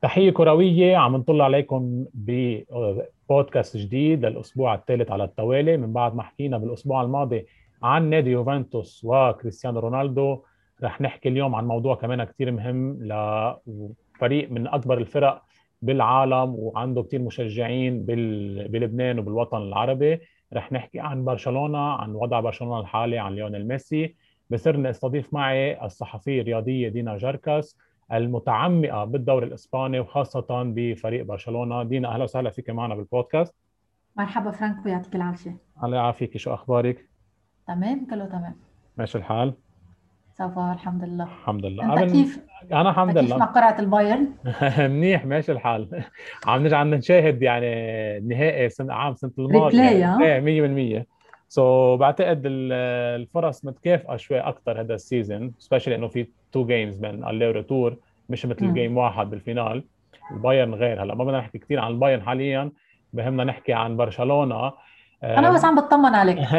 تحية كروية، عم نطل عليكم ببودكاست جديد للأسبوع الثالث على التوالي من بعد ما حكينا بالأسبوع الماضي عن نادي يوفنتوس وكريستيانو رونالدو. رح نحكي اليوم عن موضوع كمان كتير مهم لفريق من أكبر الفرق بالعالم وعنده كتير مشجعين بلبنان وبالوطن العربي. رح نحكي عن برشلونة، عن وضع برشلونة الحالي، عن ليونيل ميسي. بصير استضيف معي الصحفية الرياضية دينا جركس المتعمقة بالدوري الإسباني وخاصة بفريق برشلونة. دينا أهلا وسهلا فيك معنا بالبودكاست. مرحبا فرانكو، يعطيك العافية. الله يعافيك، شو أخبارك؟ تمام، كله تمام. ماشي الحال؟ صافا الحمد لله. الحمد لله. انت كيف؟ أنا انت الحمد كيف لله. مع قرعة البايرن؟ منيح، ماشي الحال. عم نرجع نشاهد يعني نهائي سنة الماضي، ريبلاي، يعني ها؟ ايه 100%. بعتقد الفرص متكافئة شوي أكثر هذا السيزون، سبيشلي إنه في تو جيمز بين اللي وريتور، مش مثل مم. جيم واحد بالفينال. البايرن غير، هلا ما بدنا نحكي كثير عن البايرن حاليا، بهمنا نحكي عن برشلونة. انا بس عم بطمن عليك.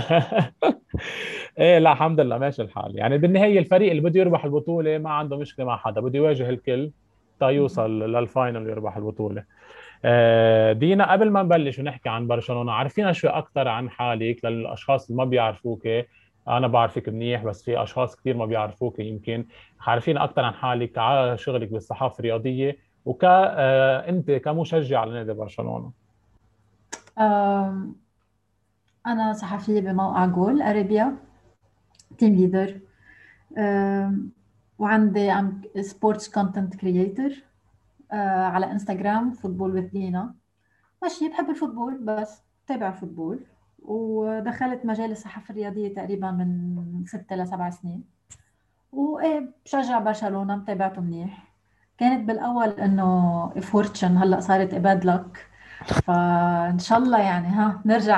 ايه لا الحمد لله ماشي الحال. يعني بالنهايه الفريق اللي بده يربح البطوله ما عنده مشكله مع حدا، بده يواجه الكل تا يوصل للفاينل ويربح البطوله. دينا، قبل ما نبلش ونحكي عن برشلونه، عرفينا شوي اكثر عن حالك للاشخاص اللي ما بيعرفوك. انا بعرفك منيح بس في اشخاص كثير ما بيعرفوك يمكن. عرفينا اكثر عن حالك، على شغلك بالصحافه الرياضيه، انت كمشجع لنادي برشلونه. آم، انا صحفية بموقع جول اريبيا، تيم ليدر. وعندي سبورتس كونتنت كرييتر على انستغرام، فوتبول وذ دينا. ماشي، بحب الفوتبول، بس بتابع فوتبول. ودخلت مجال الصحافة الرياضية تقريبا من 6 ل7 سنين. وايه، بشجع برشلونة، متابعته منيح. كانت بالاول انه فورتشن، هلا صارت باد لك. فان شاء الله يعني نرجع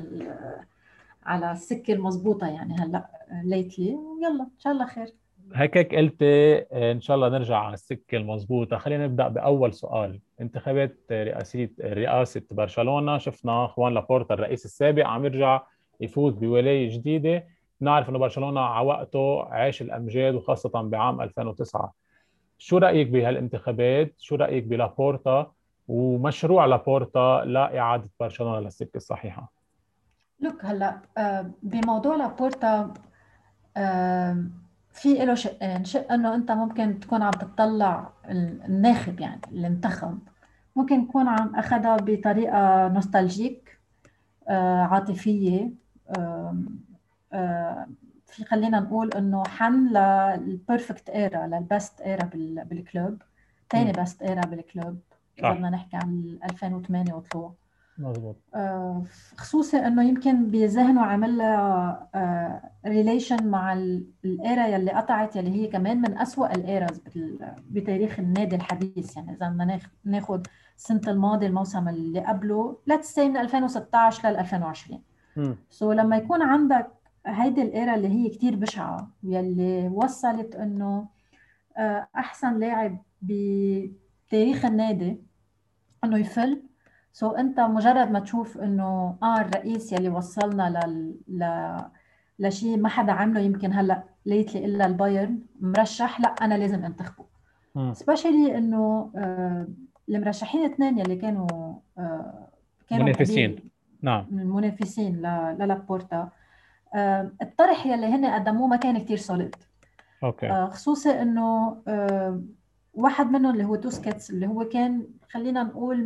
على السكة المضبوطة يعني هلا ليتلي، ويلا ان شاء الله خير. هيك قلت ان شاء الله نرجع على السكه المضبوطه. خلينا نبدا باول سؤال. انتخابات رئاسه برشلونه، شفنا خوان لابورتا الرئيس السابق عم يرجع يفوز بولايه جديده. نعرف انه برشلونه على وقته عاش الامجاد وخاصه بعام 2009. شو رايك بهالانتخابات؟ شو رايك بلابورتا ومشروع لابورتا لاعاده برشلونه للسكه الصحيحه؟ لوك هلا، بموضوع لابورتا، آه، في له شقين. شق انه انت ممكن تكون عم تطلع الناخب، يعني اللي انتخب، ممكن يكون عم اخذها بطريقة نوستالجيك، عاطفية. آم، آه، في خلينا نقول انه حن للبيرفكت ايرا، للبست ايرا بالكلوب. تاني امم بست ايرا بالكلوب اذا صح، بدنا نحكي عن 2008 وطلوع. مزبوط. خصوصي انه يمكن بذهنه عمل لها ريليشن مع الايرا يلي قطعت، يلي هي كمان من أسوأ الايراز بتاريخ النادي الحديث. يعني اذا بدنا ناخذ السنه الماضي، الموسم اللي قبله، ليتس سي من 2016 لل 2020. امم لما يكون عندك هيدي الايرا اللي هي كتير بشعه، يلي وصلت انه احسن لاعب بتاريخ النادي انه يفل. انت مجرد ما تشوف انه الرئيس يلي وصلنا لشيء ما حدا عمله يمكن هلا ليتلي الا البايرن مرشح، لا انا لازم انتخبه. سبيشلي انه المرشحين اثنين يلي كانوا منافسين. قبيل نعم. من المنافسين للابورتا. الطرح يلي هن قدموه ما كان كتير سوليد. اوكي. خصوصي انه واحد منهم اللي هو توسكيتس، اللي هو كان خلينا نقول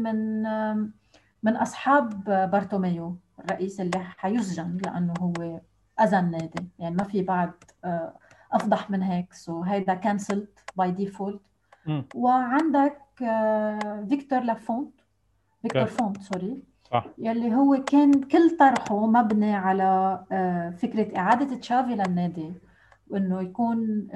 من اصحاب بارتوميو الرئيس، اللي حيسجن لانه هو اذى النادي. يعني ما في بعد افضح من هيك. هيدا كانسلت باي ديفولت. وعندك فيكتور لافونت، فيكتور اوكي. فونت سوري، صح. يلي هو كان كل طرحه مبني على فكرة إعادة تشافي للنادي، وإنه يكون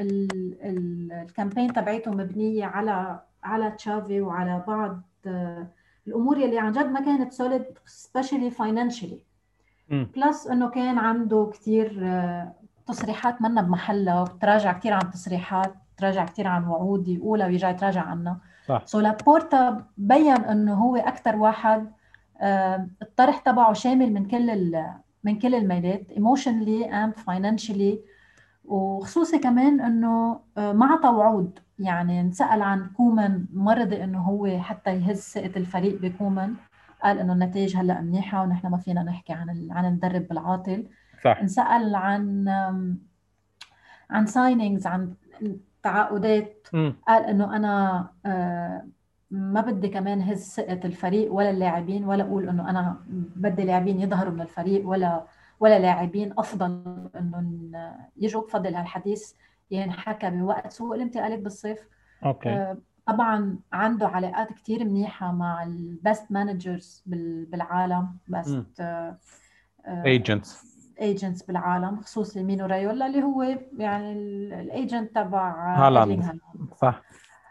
الكامبين تبعيته مبنية على تشافي وعلى بعض الأمور يلي عن جد ما كانت سوليد، سبيشالي فاينانشلي. امم بلس إنه كان عنده كتير تصريحات منا بمحلها، وتراجع كتير عن تصريحات، تراجع كتير عن وعود يقولها ويرجع يتراجع عنها. صح. لابورتا بين انه هو اكثر واحد الطرح تبعه شامل من كل الميلات، ايموشنلي اند فاينانشلي. وخصوصي كمان انه ما عطى وعود. يعني انسأل عن كومان، مرضي انه هو حتى يهز ثقة الفريق بكومان، قال انه النتائج هلا منيحة ونحن ما فينا نحكي عن المدرب بالعاطل. صح. انسأل عن ساينينجز، عن تعاقدات، امم. قال انه انا ما بدي كمان هز ثقة الفريق ولا اللاعبين، ولا اقول انه انا بدي لاعبين يظهروا من الفريق ولا لاعبين افضل انه يجوا. بفضل هالحديث ينحكى بوقت سوق الانتقالات بالصيف. اوكي. طبعا عنده علاقات كتير منيحة مع البست مانجرز بالعالم، امم. بست ايجنتس. ايجنتس بالعالم، خصوصي مينو رايولا اللي هو يعني الايجنت تبع هالاند. ايرلينغ هالاند. صح.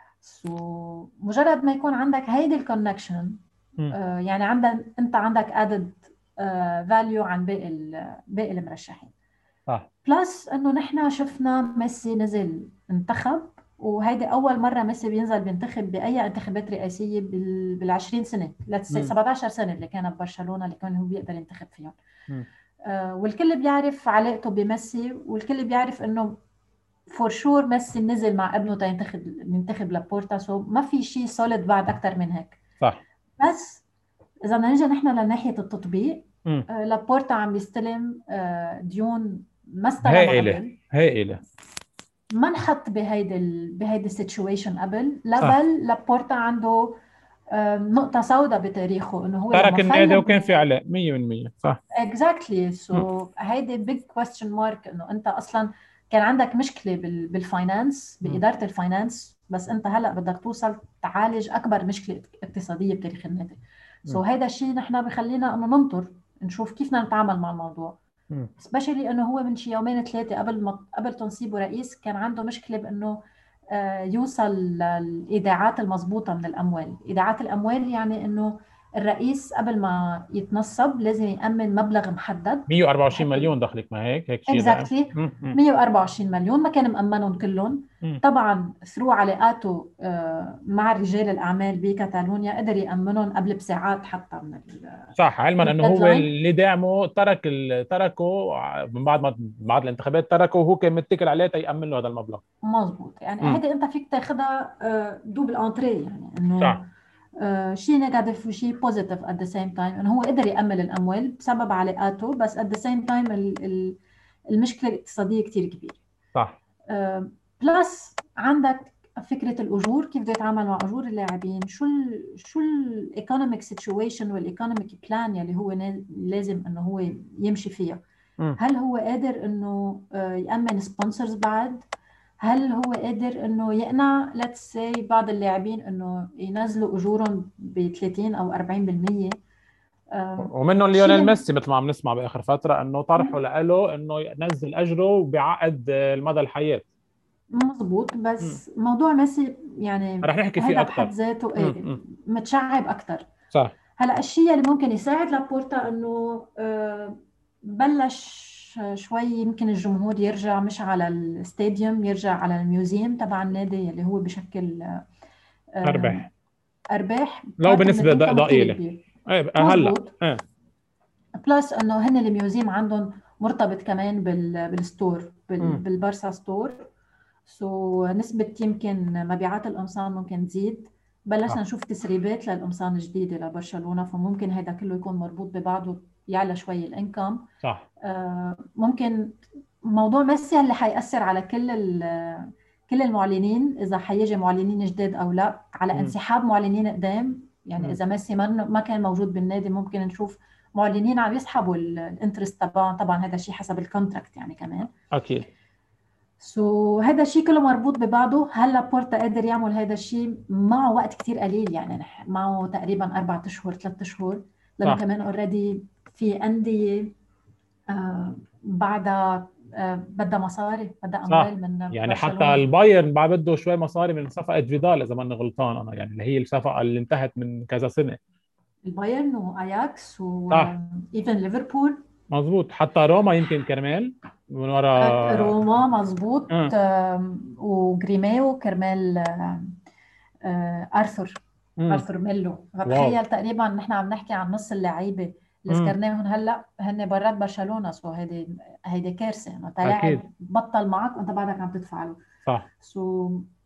سو مجرد ما يكون عندك هيدي الكونكشن، امم. يعني انت عندك ادد فاليو عن باقي المرشحين. صح. بلس انه نحن شفنا ميسي نزل انتخب، وهيدي اول مره ميسي بينزل بينتخب باي انتخابات رئاسيه بال20 سنه، 17 سنه اللي كان ببرشلونه اللي كان هو بيقدر ينتخب فيهم. امم. والكل بيعرف علاقته بميسي، والكل بيعرف انه فور شور ميسي نزل مع ابنه ينتخب لابورتا، سو ما في شيء سوليد بعد اكثر من هيك. صح. بس اذا بدنا نيجي نحن لناحيه التطبيق، امم. لابورتا عم بيستلم ديون ما استلمها هائلة قبل، هائلة. ما انحط بهيدي السيتويشن قبل. صح. لبل لابورتا عنده نقطة سوداء بتاريخه، انه هو ترك لما النادي فل وكان في علاء 100%. صح. اكزاكتلي. مم. سو هيدي بيج كويستشن مارك، انه انت اصلا كان عندك مشكلة بالفاينانس، مم. بإدارة الفاينانس، بس انت هلا بدك توصل تعالج اكبر مشكلة اقتصادية بتاريخ النادي. سو مم. هيدا الشيء نحن بخلينا انه ننطر نشوف كيف بدنا نتعامل مع الموضوع. مم. سبيشلي انه هو من شي يومين ثلاثه قبل تنصيبه رئيس كان عنده مشكله بانه يوصل للايداعات المضبوطه من الاموال. ايداعات الاموال يعني انه الرئيس قبل ما يتنصب لازم يأمن مبلغ محدد 124 بحط مليون دخلك، ما هيك شيء رقم. اكزاكتلي مم. مم. 124 مليون. ما كان مأمنهم كلهم. مم. طبعا ثرو علاقاته مع رجال الاعمال بكاتالونيا قدر يأمنهم قبل بساعات حتى صح، علما من انه هو الديدلاين. اللي دعمه تركه من بعد الانتخابات تركه، وهو كان متكل عليه تيأمن له هذا المبلغ. مظبوط. يعني مم. هيدي انت فيك تاخدها دوبل انتري، يعني انه صح. شيء نيجاتيف وشيء بوزيتيف ات ذا سيم تايم، انه هو قدر يأمن الاموال بسبب علاقاته، بس ات ذا سيم تايم المشكله الاقتصاديه كثير كبيره. صح. بلس عندك فكره الاجور، كيف بده يتعامل مع اجور اللاعبين، شو الايكونوميك سيتويشن والايكونوميك بلان يلي هو لازم انه هو يمشي فيها. مم. هل هو قادر انه يأمن سبونسرز بعد؟ هل هو قادر انه يقنع ليتس سي بعض اللاعبين انه ينزلوا اجورهم ب 30 او 40%؟ ومنهم شيء ليونيل ميسي مثل ما عم نسمع باخر فتره انه طرحه له انه ينزل اجره بعقد المدى الحياه. مظبوط. مم. بس موضوع ميسي يعني رح نحكي فيه هيدا بحد اكثر. ذاته مم. متشعب اكثر. صح. هلا الشيء اللي ممكن يساعد لابورتا انه بلش شوي يمكن الجمهور يرجع مش على الاستاديوم، يرجع على الميوزيوم تبع النادي اللي هو بشكل اربح. ارباح، لو بارت من بنسبه الانكم كثير ضئيله. كبير. ايه هلا. مزبوط. ايه. بلس انه هن الميوزيوم عندهم مرتبط كمان بالستور، مم. بالبارسا ستور. سو نسبة يمكن مبيعات القمصان ممكن تزيد. بلشنا صح. نشوف تسريبات للقمصان الجديدة لبرشلونة، فممكن هذا كله يكون مربوط ببعضه، يعلى شوي الانكم. صح. ممكن موضوع ميسي اللي حيأثر على كل المعلنين، اذا حيجي معلنين جداد او لا، على مم. انسحاب معلنين قدام. يعني مم. اذا ميسي ما كان موجود بالنادي ممكن نشوف معلنين عم يسحبوا الانترست تبعهم. طبعا هذا الشيء حسب الكونتراكت يعني كمان. اكيد. هذا الشيء كله مربوط ببعضه. هلا بورتا قادر يعمل هذا الشيء معه وقت كتير قليل، يعني معه تقريبا 4 اشهر 3 اشهر، لانه صح. كمان اوريدي في انديه بعدها بدها مصاري، بدها صح. اموال من يعني حتى برشلونه. البايرن بعد بده شوي مصاري من صفقه فيدال اذا ماني غلطان انا، يعني اللي هي الصفقه اللي انتهت من كذا سنه. البايرن واياكس صح. وايفن ليفربول. مزبوط، حتى روما يمكن كرمال من ورا. روما مظبوط. اه. وجريماو كرمال ارثر امم. ارثر ميلو. واو. فتخيل تقريبا نحن عم نحكي عن نص اللعيبه اللي امم. ذكرناهم هلا هن برات برشلونه. هيدي كارثه انه لاعب اكيد. بطل معك وانت بعدك عم تدفع له. صح. سو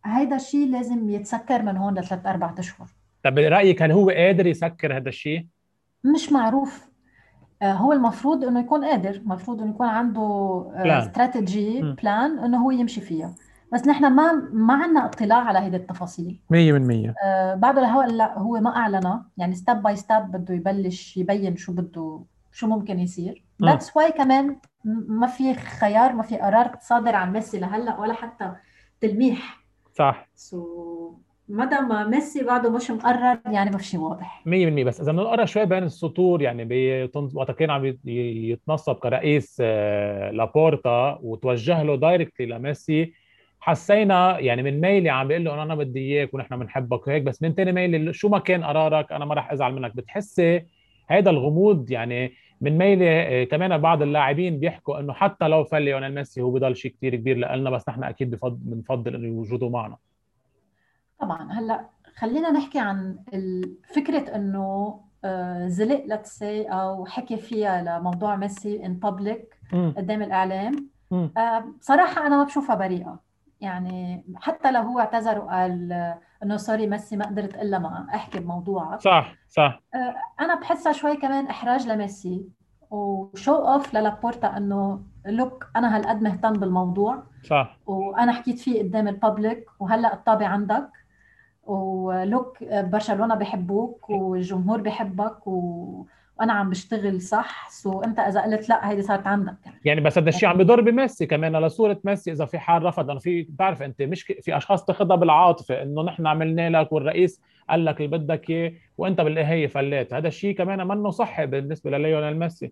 هيدا الشيء لازم يتسكر من هون ل3-4 أشهر. طب برأيك هل هو قادر يسكر هذا الشيء؟ مش معروف. هو المفروض انه يكون قادر، المفروض انه يكون عنده بلان. استراتيجي بلان انه هو يمشي فيها. بس نحن ما عندنا اطلاع على هيدي التفاصيل. 100%. بعده لا، هو ما اعلنها، يعني ستيب باي ستيب بده يبلش يبين شو بده، شو ممكن يصير. ذاتس واي كمان ما في خيار، ما في قرار صادر عن ميسي لهلا ولا حتى تلميح. صح. مدى ما ميسي بعده مش مقرر يعني ما في شيء واضح. 100%. بس اذا بنقرا شوي بين السطور يعني وقت كان عم يتنصب كرئيس لابورتا وتوجه له دايركتلي لميسي، حسينا يعني من ميلي عم بيقول له انا بدي اياك ونحن بنحبك وهيك، بس من تاني ميلي شو ما كان قرارك انا ما راح ازعل منك. بتحسي هيدا الغموض يعني من ميلي؟ كمان بعض اللاعبين بيحكوا انه حتى لو فل ليونيل ميسي هو بضل شيء كتير كبير لنا، بس نحن اكيد بنفضل انه وجوده معنا. طبعا هلا خلينا نحكي عن فكرة انه زلق let's say او حكي فيها لموضوع ميسي in public امم قدام الاعلام. امم بصراحة انا ما بشوفها بريئة. يعني حتى لو هو اعتذر وقال انه سوري ميسي ما قدرت الا ما احكي بموضوعك، صح صح انا بحسها شوي كمان احراج لميسي وشو اوف للابورتا انه لوك انا هالقد مهتم بالموضوع صح. وانا حكيت فيه قدام الببليك وهلا الطابع عندك، ولوك برشلونة بيحبوك والجمهور بيحبك وانا عم بشتغل صح. انت اذا قلت لا هيدي صارت عندك. يعني بس هذا الشيء عم بيضر بميسي كمان لصورة ميسي اذا في حال رفض. انا في بتعرف انت مش في اشخاص تاخذها بالعاطفه انه نحن عملنا لك والرئيس قال لك اللي بدك اياه وانت بالنهايه فليت. هذا الشيء كمان منه صحي بالنسبه لليونيل ميسي.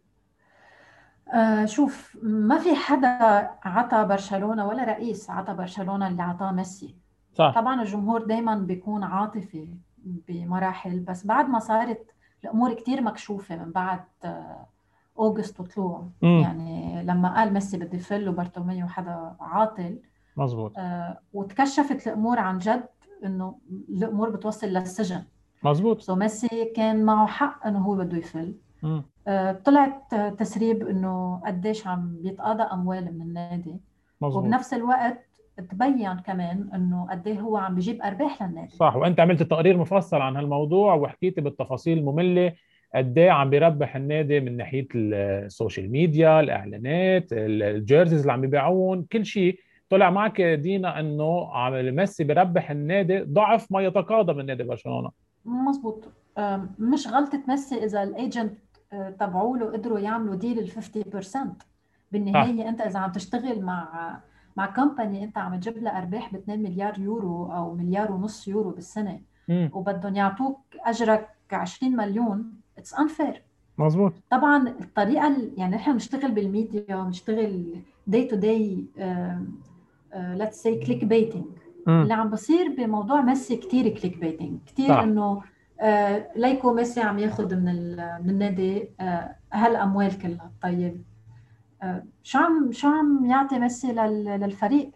شوف، ما في حدا عطى برشلونة ولا رئيس عطى برشلونة اللي عطاه ميسي. صح. طبعا الجمهور دايما بيكون عاطفي بمراحل، بس بعد ما صارت الامور كتير مكشوفة من بعد اوغست وطلوع، امم يعني لما قال ميسي بدي فل وبرتوميو حدا عاطل، مزبوط. وتكشفت الامور عن جد انه الامور بتوصل للسجن. مزبوط. ميسي كان معه حق انه هو بده يفل. امم طلعت تسريب انه قديش عم بيتقاضى اموال من النادي، مزبوط. وبنفس الوقت تبين كمان انه قد ايه هو عم بيجيب ارباح للنادي. صح. وانت عملت تقرير مفصل عن هالموضوع وحكيت بالتفاصيل الممله قد ايه عم بيربح النادي من ناحيه السوشيال ميديا، الاعلانات، الجيرزيز اللي عم بيبيعون، كل شيء. طلع معك دينا انه ميسي بيربح النادي ضعف ما يتقاضى من نادي برشلونه. مزبوط. مش غلطة ميسي اذا الايجنت تبعوا له قدروا يعملوا ديل ال 50%. صح. بالنهاية انت اذا عم تشتغل مع كومباني انت عم تجيب لها ارباح ب 2 مليار يورو او مليار ونص يورو بالسنة، امم وبدهم يعطوك اجرك 20 مليون، اتس unfair. مزبوط. طبعا الطريقه يعني احنا بنشتغل بالميديا، بنشتغل داي تو داي ليتس سي كليك بيتنج. امم اللي عم بصير بموضوع ميسي كتير كليك بيتنج، كتير صح. انه ليكو ميسي عم ياخذ من النادي هالاموال كلها. طيب شو عم يعطي ميسي للفريق؟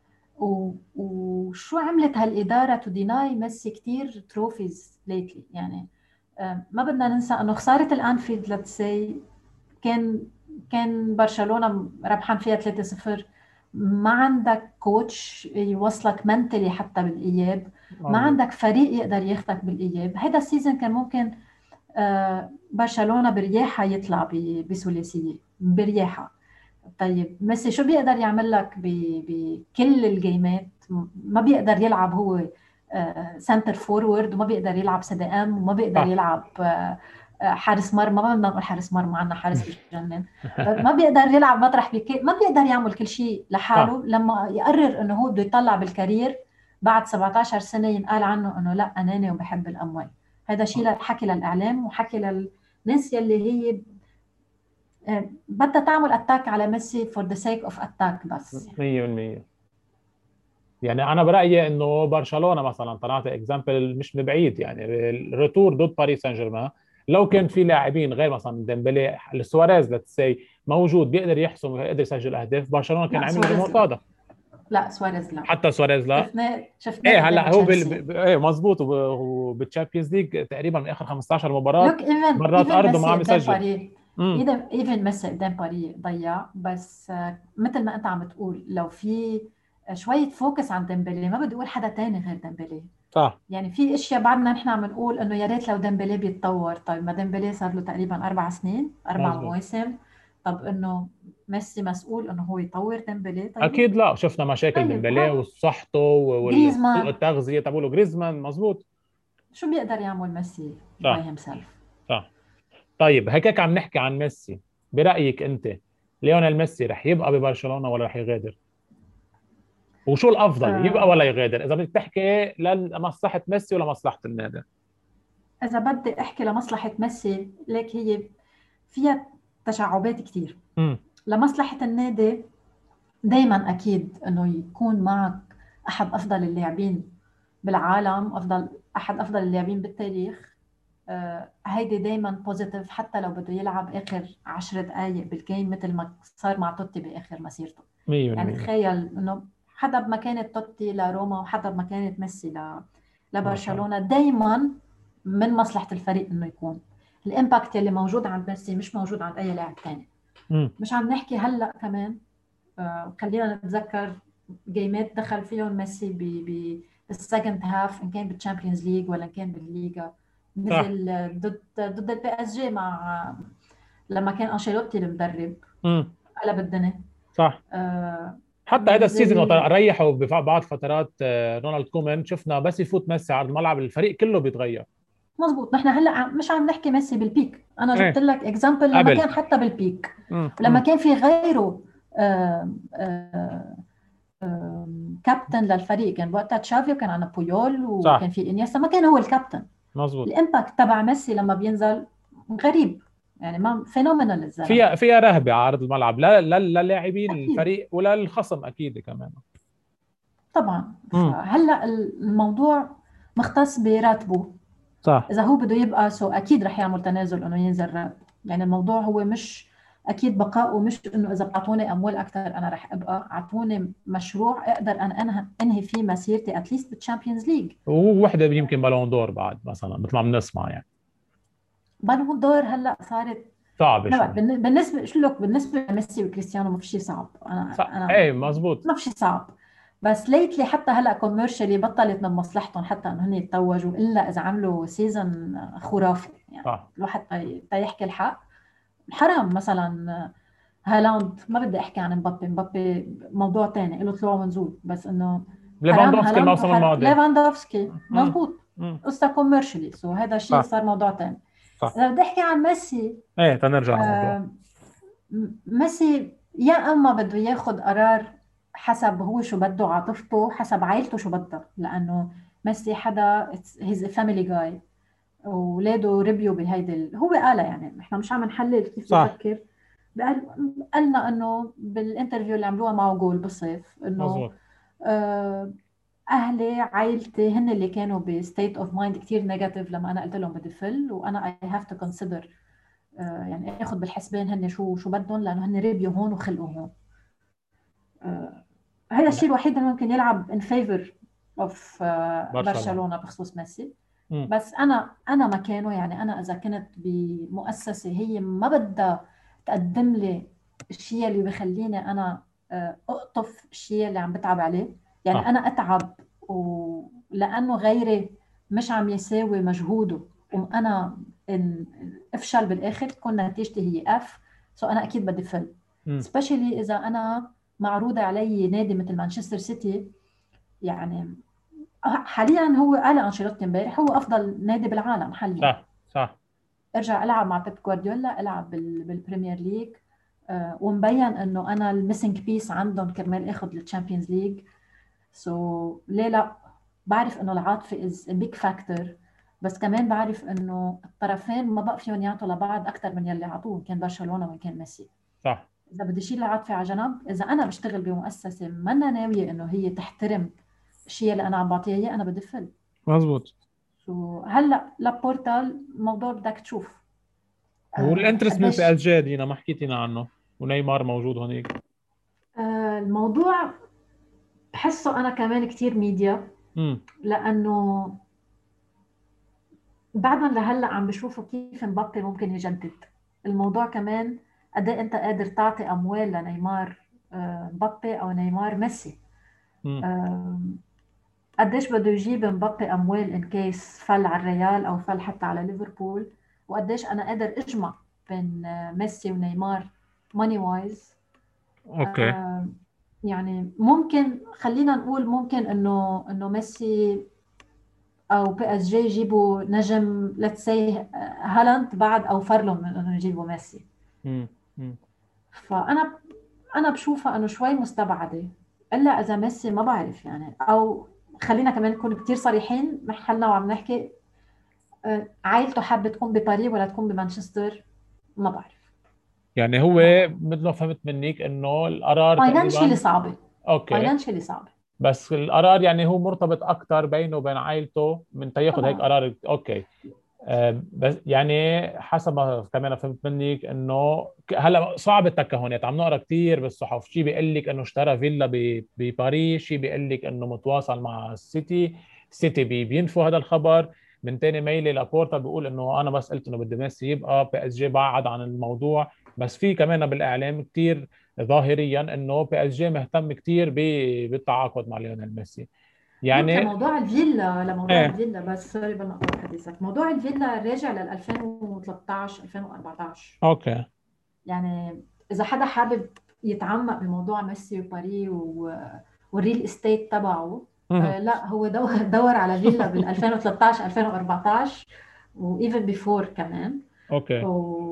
وشو عملت هالإدارة تو ديناي ميسي كتير تروفيز ليتلي؟ يعني ما بدنا ننسى انه خسارة الانفيلد لتسي كان برشلونة ربحان فيها 3-0. ما عندك كوتش يوصلك منتلي حتى بالإياب، ما مزبوط. عندك فريق يقدر ياخدك بالإياب. هيدا السيزون كان ممكن برشلونة برياحة يطلع بثلاثية برياحة. طيب ميسي شو بيقدر يعمل لك بكل الجيمات؟ ما بيقدر يلعب هو سنتر فورورد، وما بيقدر يلعب سي دي ام، وما بيقدر صح. يلعب حارس مرمى. ما بدنا نقول حارس مرمى، عندنا حارس بجنن. ما بيقدر يلعب مطرح ما بيقدر يعمل كل شيء صح. لحاله. لما يقرر انه هو بده يطلع بالكارير بعد 17 سنة ينقال عنه انه لا اناني وبحب الاموال. هذا شيء حكي للاعلام وحكي للناس يلي هي بدها تعمل اتاك على ميسي فور ذا سيك اوف اتاك بس. 100%. يعني انا برايي انه برشلونه مثلا طلعت اكزامبل مش من بعيد، يعني الريتور ضد باريس سان جيرمان لو كان في لاعبين غير مثلا ديمبلي سواريز لتسي موجود بيقدر يحسم ويقدر يسجل اهداف، برشلونه كان لا عمل سواريز لا. ريمونتادا. لا سواريز لا. حتى سواريز لا. شفناه ايه قدام هلا هو تشيلسي. ايه مزبوط. وبالتشامبيونز ليج تقريبا من اخر 15 مباراه لوك ايفن مرات ارضه ما ميسي عم قدام يسجل. باري. امم ايفن ميسي قدام باري ضيع. بس مثل ما انت عم تقول لو في شويه فوكس عن ديمبلي، ما بدي اقول حدا تاني غير ديمبلي. صح يعني في اشياء بعدنا نحن عم نقول انه يا ريت لو ديمبلي بيتطور. طيب ما ديمبلي صار له تقريبا 4 سنين 4 مواسم. طب انه ميسي مسؤول انه هو يطور ديمبلي؟ طيب اكيد لا، شفنا مشاكل طيب ديمبلي هذا وصحته جريزمان والتغذيه تبعه. جريزمان مزبوط. شو بيقدر يعمل ميسي باي صح هيم سيلف؟ صح. طيب هيك عم نحكي عن ميسي، برايك انت ليونيل ميسي رح يبقى ببرشلونه ولا رح يغادر؟ وشو الافضل، يبقى ولا يغادر اذا بدك تحكي لمصلحه ميسي ولا مصلحه النادي؟ اذا بدي احكي لمصلحه ميسي، ليك هي فيها تشعبات كتير. امم لمصلحه النادي دايما اكيد انه يكون معك احد افضل اللاعبين بالعالم، احد افضل اللاعبين بالتاريخ. هيدي دايما بوزيتيف، حتى لو بده يلعب اخر 10 دقائق بالجيم مثل ما صار مع توتي باخر مسيرته. يعني 100%. تخيل انه حدا بمكانة توتي لروما وحدا بمكانة ميسي ما شاء الله. لبرشلونة، دايما من مصلحة الفريق انه يكون الامباكت اللي موجود عند ميسي مش موجود عند اي لاعب تاني. امم مش عم نحكي هلا كمان، خلينا نتذكر جيمات دخل فيهم ميسي بالسكند هاف، ان كان بالتشامبيونز ليج ولا ان كان بالليغا. صح. نزل ضد البي اس جي مع لما كان انشيلوتي المدرب، امم قلب الدنيا. صح. حتى هذا السيزون وقت نزل ريحوا ببعض فترات رونالد كومان، شفنا بس يفوت ميسي على الملعب الفريق كله بيتغير. مظبوط. نحن هلا مش عم نحكي ميسي بالبيك، انا جبت ايه لك اكزامبل لما قبل. كان حتى بالبيك، امم ولما امم كان في غيره آه، كابتن للفريق. كان وقتها تشافي وكان عنا بويول وكان صح في انيستا، ما كان هو الكابتن. مزبوط. الامباكت تبع ميسي لما بينزل غريب، يعني ما فينومينال الزلمه. فيها رهبه على ارض الملعب، لا للاعبين اكيد الفريق ولا للخصم اكيد كمان. طبعا. امم فهلا الموضوع مختص براتبه. صح اذا هو بده يبقى اكيد رح يعمل تنازل انه ينزل راتب. يعني الموضوع هو مش اكيد بقاء، ومش انه اذا بتعطوني اموال اكثر انا رح ابقى. اعطوني مشروع اقدر انا انهي فيه مسيرتي اتليست بالتشامبيونز ليج. ووحده يمكن بالون دور بعد مثلا مثل ما بنسمع يعني. بالون دور هلا صارت. صعب لا شوي. بالنسبه شو لك، بالنسبه لميسي وكريستيانو ما في شيء صعب. صح انا ايه مزبوط. ما في شيء صعب. بس ليتلي حتى هلا كوميرشلي بطلت من مصلحتهم حتى انه هن يتوجوا الا اذا عملوا سيزون خرافي. يعني صح. الواحد يحكي الحق، حرام. مثلا هالاند، ما بدي احكي عن مبابي. مبابي موضوع تاني له طلوع ونزول، بس انه حرام ليفاندوفسكي هالاند الموسم الماضي. ليفاندوفسكي امم مزبوط. امم قصة كوميرشلي وهذا الشيء صح صار موضوع تاني. صح. اذا بدي احكي عن ميسي، ايه تنرجع للموضوع. آه، ميسي يا اما بده ياخذ قرار حسب هو شو بده، عاطفته، حسب عائلته شو بدها. لانه ميسي حدا هيز فاميلي جاي، واولاده ربيوا بهيدي هو قالها. يعني نحن مش عم نحلل كيف صح بفكر. قال قالنا انه بالانترفيو اللي عملوها معه جول بالصيف انه مزبوط. آه، اهلي عائلتي هن اللي كانوا بستيت اوف مايند كثير نيجاتيف لما انا قلت لهم بدي فل، وانا اي هاف تو كونسيدر، يعني اخذ بالحسبان هن شو بدهم، لانه هن ربيوا هون وخلقوا هون. هذا الشيء الوحيد اللي ممكن يلعب ان فيفور اوف برشلونة. برشلونه بخصوص ميسي. امم بس انا مكانه، يعني انا اذا كنت بمؤسسه هي ما بدها تقدم لي الشيء اللي بخليني انا اقطف الشيء اللي عم بتعب عليه. يعني صح. انا اتعب ولانه غيري مش عم يساوي مجهوده، وانا إن افشل بالاخر تكون نتيجتي هي اف. سو انا اكيد بدي فل، امم سبيشلي اذا انا معروضه علي نادي مثل مانشستر سيتي. يعني حاليا هو قال انشيلوتي امبارح هو افضل نادي بالعالم حاليا. صح صح. ارجع العب مع بيب جوارديولا، العب بالبريمير ليج، ومبين انه انا الميسنج بيس عندهم كرمال اخذ الشامبيونز ليج. سو ليه لا؟ بعرف انه العاطفه از بيج فاكتور، بس كمان بعرف انه الطرفين ما بقى فيهم يعطوا لبعض اكثر من يلي عطوه، كان برشلونه وان كان ميسي. صح اذا بدي اشيل العاطفه على جنب، اذا انا بشتغل بمؤسسه ما انا ناويه انه هي تحترم الشيء اللي انا عم بعطيه اياه، انا بدي فل. مزبوط. شو هلا لابورتا الموضوع بدك تشوف والانترست من بي اس قديش. جي دينا ما حكيتينا عنه، ونيمار موجود هونيك. الموضوع بحسه انا كمان كتير ميديا، امم لانه بعدهم لهلا عم بشوفوا كيف مبابي ممكن يجدد. الموضوع كمان قد ايه انت قادر تعطي اموال لنيمار مبابي او نيمار ميسي. مم. قديش بده يجيب مبابي اموال ان كيس فل على الريال او فل حتى على ليفربول، وقديش انا قادر اجمع بين ميسي ونيمار ماني وايز. اوكي. يعني ممكن خلينا نقول ممكن انه ميسي او بي اس جي يجيبوا نجم ليتس سي هالاند بعد اوفر لهم من انه يجيبوا ميسي. مم. مم. فانا بشوفها انه شوي مستبعده، الا اذا ميسي ما بعرف يعني. او خلينا كمان نكون كتير صريحين محلنا وعم نحكي، عائلته حابه تكون بباريس ولا تكون بمانشستر، ما بعرف. يعني هو ما بعرف مثل ما فهمت منك انه القرار فاينانشلي تقريبا. صعبه. اوكي. فاينانشلي صعبه بس القرار يعني هو مرتبط اكثر بينه وبين عائلته من تياخد هيك طبعا. قرار. اوكي. بس يعني حسب ما كمان فهمت منك انه هلا صعب التكهنات، عم نقرا كثير بالصحف، شيء بيقول لك انه اشترى فيلا بباريس، شيء بيقول لك انه متواصل مع السيتي. السيتي بينفوا هذا الخبر. من تاني ميلي لابورتا بيقول انه انا بس قلت انه بدي ميسي يبقى، بي اس جي بعد عن الموضوع. بس في كمان بالاعلام كثير ظاهريا انه بي اس جي مهتم كثير بالتعاقد مع ليونيل ميسي لوك يعني. لموضوع الفيلا، لموضوع ايه. الفيلا بس سوري بنقطع حديثك. موضوع الفيلا راجع لل 2013 2014. اوكي. يعني اذا حدا حابب يتعمق بموضوع ميسي وباري والريل استيت تبعه، لا هو دور على فيلا بال 2013 2014 وايفن بيفور كمان. اوكي.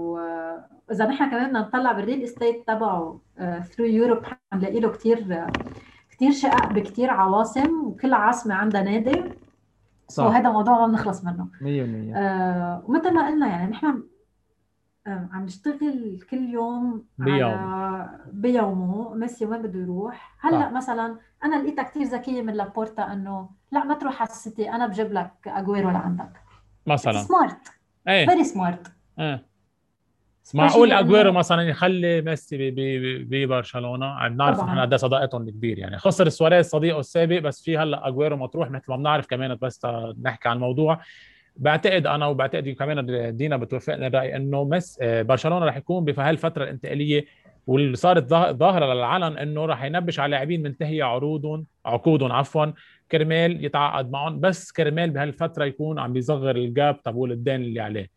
واذا نحن كمان بدنا نطلع بالريل استيت تبعه ثرو يوروب، حنلاقي له كتير شقق بكتير عواصم، وكل عاصمة عندها نادي. سو صح. هذا موضوع ما بنخلص منه. 100%. ومثل ما قلنا يعني نحن عم نشتغل كل يوم على بيوم. بيومه. ميسي وين بده يروح صح. هلا مثلا؟ انا لقيتها كتير ذكيه من لابورتا انه لا ما تروح على السيتي، انا بجيب لك اجويرو لعندك. اتس مثلا. سمارت، ايه. فيري سمارت. ايه. معقول سبيشلي اجويرو انه مثلا يخلي ميسي ببرشلونه؟ عم نعرف نحن طبعا قد ايه صداقتهم الكبير، يعني خسر سواريز صديقه السابق، بس في هلا اجويرو مطروح مثل ما بنعرف كمان، بس نحكي عن الموضوع. بعتقد انا وبعتقد كمان دينا بتوافقنا الراي انه برشلونه رح يكون بهالفتره الانتقاليه، واللي صارت ظاهره للعلن انه رح ينبش على لاعبين منتهيه عقودهم عفوا، كرمال يتعاقد معهم، بس كرمال بهالفتره يكون عم بيصغر الجاب تبول الدين اللي عليه.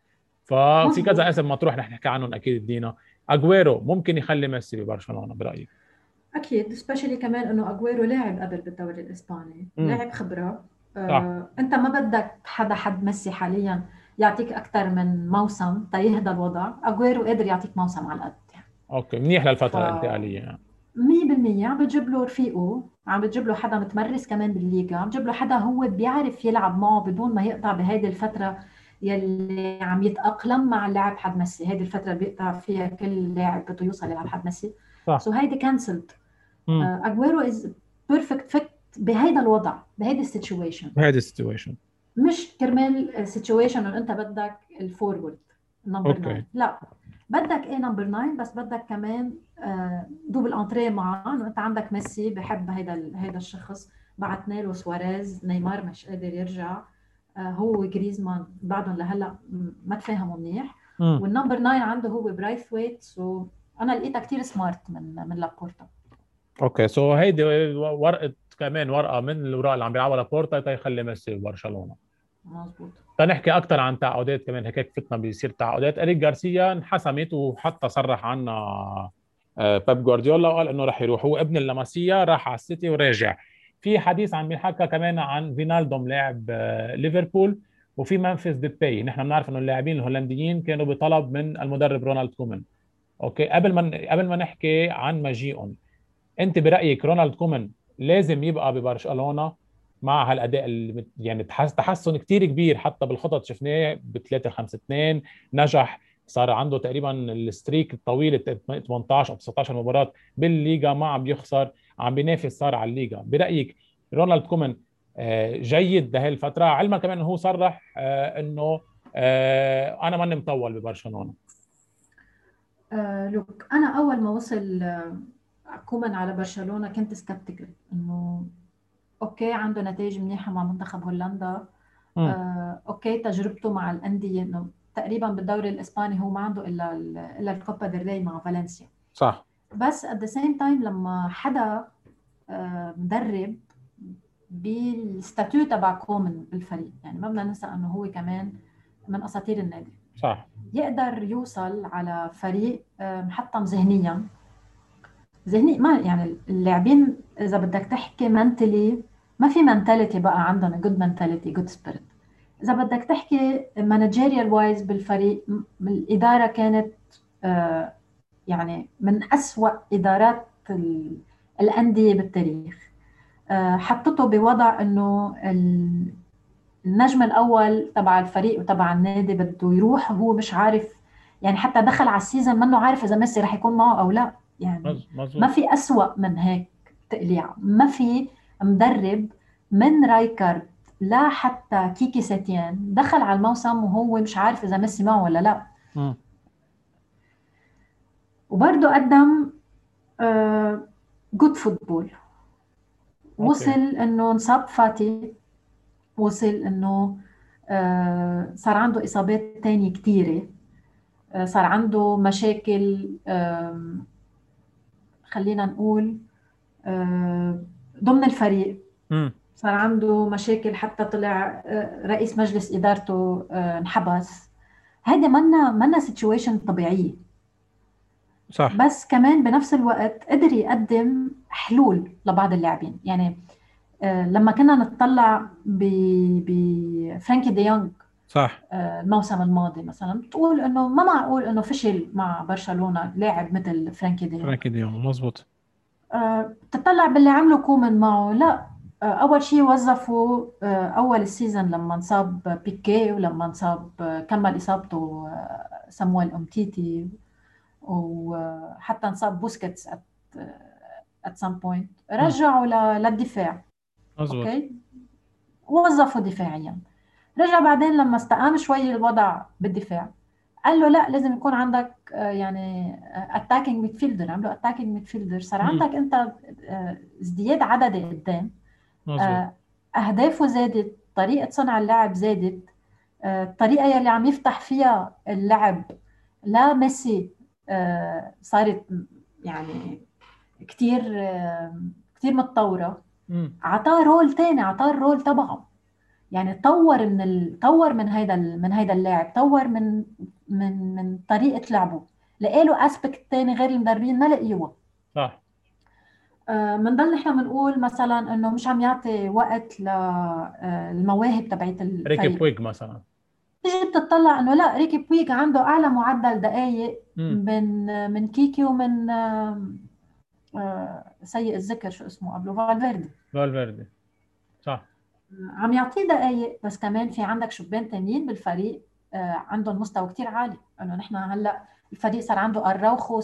ففي كذا مزبوط. اسم مطروح رح نحكي عنهم اكيد دينا. اجويرو ممكن يخلي ميسي ببرشلونه برايك؟ اكيد سبيشلي كمان انه اجويرو لاعب قبل بالدوري الاسباني، امم. لاعب خبره. صح. انت ما بدك حد ميسي حاليا يعطيك اكثر من موسم تيهدى الوضع. اجويرو قادر يعطيك موسم على القد يعني. اوكي، منيح ف للفتره الانتقاليه يعني. 100% عم بتجيب له رفيقه، عم بتجيب له حدا متمرس كمان بالليغا، عم بتجيب له حدا هو بيعرف يلعب معه بدون ما يقطع بهيدي الفتره يلي عم يتأقلم مع اللاعب حد ميسي. هيدي الفتره بيقطع فيها كل لاعب بده يوصل يلعب حد ميسي. صح. سو هيدي كانسلد. امم. اجويرو از بيرفكت فيت بهيدا الوضع بهيدي السيتويشن. بهذه السيتويشن. مش كرمال سيتويشن انه انت بدك الفورورد نمبر اوكي. 9، لا بدك ايه نمبر 9، بس بدك كمان دوبل انتريه معه، انه انت عندك ميسي بحب هيدا الشخص، بعتنا له سواريز، نيمار مش قادر يرجع، هو وجريزمان بعدهم لهلا ما تفاهموا منيح، امم. والنمبر 9 عنده هو برايثويت. سو انا لقيتها كتير سمارت من لابورتا. اوكي، سو هيدي ورقه، كمان ورقه من الوراق اللي عم بيلعبها لابورتا تيخلي ميسي ببرشلونه. مظبوط. تنحكي اكثر عن تعاقدات كمان، هيك فتنا بيصير تعاقدات. اريك جارسيا انحسمت وحتى صرح عنها بيب جوارديولا، وقال انه رح يروح، هو ابن اللمسيه، راح على السيتي وراجع. في حديث عم بينحكى كمان عن فينالدوم لاعب ليفربول، وفي منفذ ديباي. نحن بنعرف انه اللاعبين الهولنديين كانوا بطلب من المدرب رونالد كومان. اوكي، قبل ما نحكي عن مجيئهم، انت برايك رونالد كومان لازم يبقى ببرشلونه مع هالاداء اللي يعني تحسن كتير كبير، حتى بالخطط شفناه ب 3-5-2 نجح، صار عنده تقريبا الستريك الطويل 18 او 19 مباراه بالليغا ما عم بيخسر، عم بينافس صار على الليغا. برايك رونالد كومان جيد لهي الفتره، علما كمان انه هو صرح انه انا ماني مطول ببرشلونه؟ لوك انا اول ما وصل كومان على برشلونة كنت سكبتيكال انه اوكي عنده نتائج منيحة مع منتخب هولندا. امم. اوكي تجربته مع الأندية انه تقريبا بالدوري الاسباني هو ما عنده الا الكوبا ديل ري مع فالنسيا. صح. بس at the same time لما حدا مدرب بالستاتيو تبع كومن بالفريق، يعني ما بدنا ننسى انه هو كمان من اساطير النادي. صح يقدر يوصل على فريق محطم ذهنيا، ما يعني اللاعبين اذا بدك تحكي منتلي، ما في منتاليتي بقى عندهم جود منتاليتي جود سبيريت. اذا بدك تحكي مانجيريال وايز بالفريق، الاداره كانت يعني من أسوأ إدارات الأندية بالتاريخ. حطته بوضع إنه النجم الأول تبع الفريق وتبع النادي بده يروح وهو مش عارف، يعني حتى دخل على السيزون منه عارف إذا ميسي رح يكون معه أو لا. يعني ما مظبوط. في أسوأ من هيك تقليع. ما في مدرب من رايكارد لا حتى كيكي سيتيان دخل على الموسم وهو مش عارف إذا ميسي معه ولا لا. وبرضه قدم جود فوتبول. وصل انه انصاب فاتي، وصل انه صار عنده اصابات تانية كتيرة، صار عنده مشاكل، خلينا نقول ضمن الفريق. صار عنده مشاكل، حتى طلع رئيس مجلس ادارته انحبس. هيدي منا سيتويشن طبيعية. صح. بس كمان بنفس الوقت قدر يقدم حلول لبعض اللاعبين. يعني لما كنا نتطلع بفرانكي دي يونغ صح. الموسم الماضي مثلا، بتقول انه ما معقول انه فشل مع برشلونة لاعب مثل فرانكي دي يونغ. فرانكي دي يونغ مظبوط. بتطلع باللي عمله كومان معه، لا. اول شيء وظفوا اول السيزون لما انصاب بيكي، ولما انصاب كمل اصابته سمويل امتيتي، وحتى انصاب بوسكيتس at some point، رجعوا للدفاع. مظبوط. اوكي، وظفوا دفاعيا. رجع بعدين لما استقام شوي الوضع بالدفاع، قال له لا، لازم يكون عندك يعني اتاكينج ميدفيلدر. عملوا اتاكينج ميدفيلدر، صار عندك انت ازدياد عددي قدام. مظبوط. اهدافه زادت، طريقه صنع اللعب زادت، الطريقه يلي عم يفتح فيها اللعب لا ميسي صارت يعني كتير كتير متطوره. عطاه رول تاني، عطاه الرول تبعه. يعني طور من هيدا اللاعب، طور من طريقه لعبه، لقى له اسبكت تاني غير المدربين ما لقيوه. صح. بنضل نحن بنقول مثلا انه مش عم يعطي وقت للمواهب تبعت ريكي الفريق. بويغ مثلا، تيجي بتطلع انه لا، ريكي بويغ عنده اعلى معدل دقائق من كيكي ومن سيء الذكر شو اسمه قبله، فالفيردي. صح. عم يعطيه دقائق. بس كمان في عندك شبان تانيين بالفريق عندهم مستوى كتير عالي. انه نحن هلا الفريق صار عنده اراوخو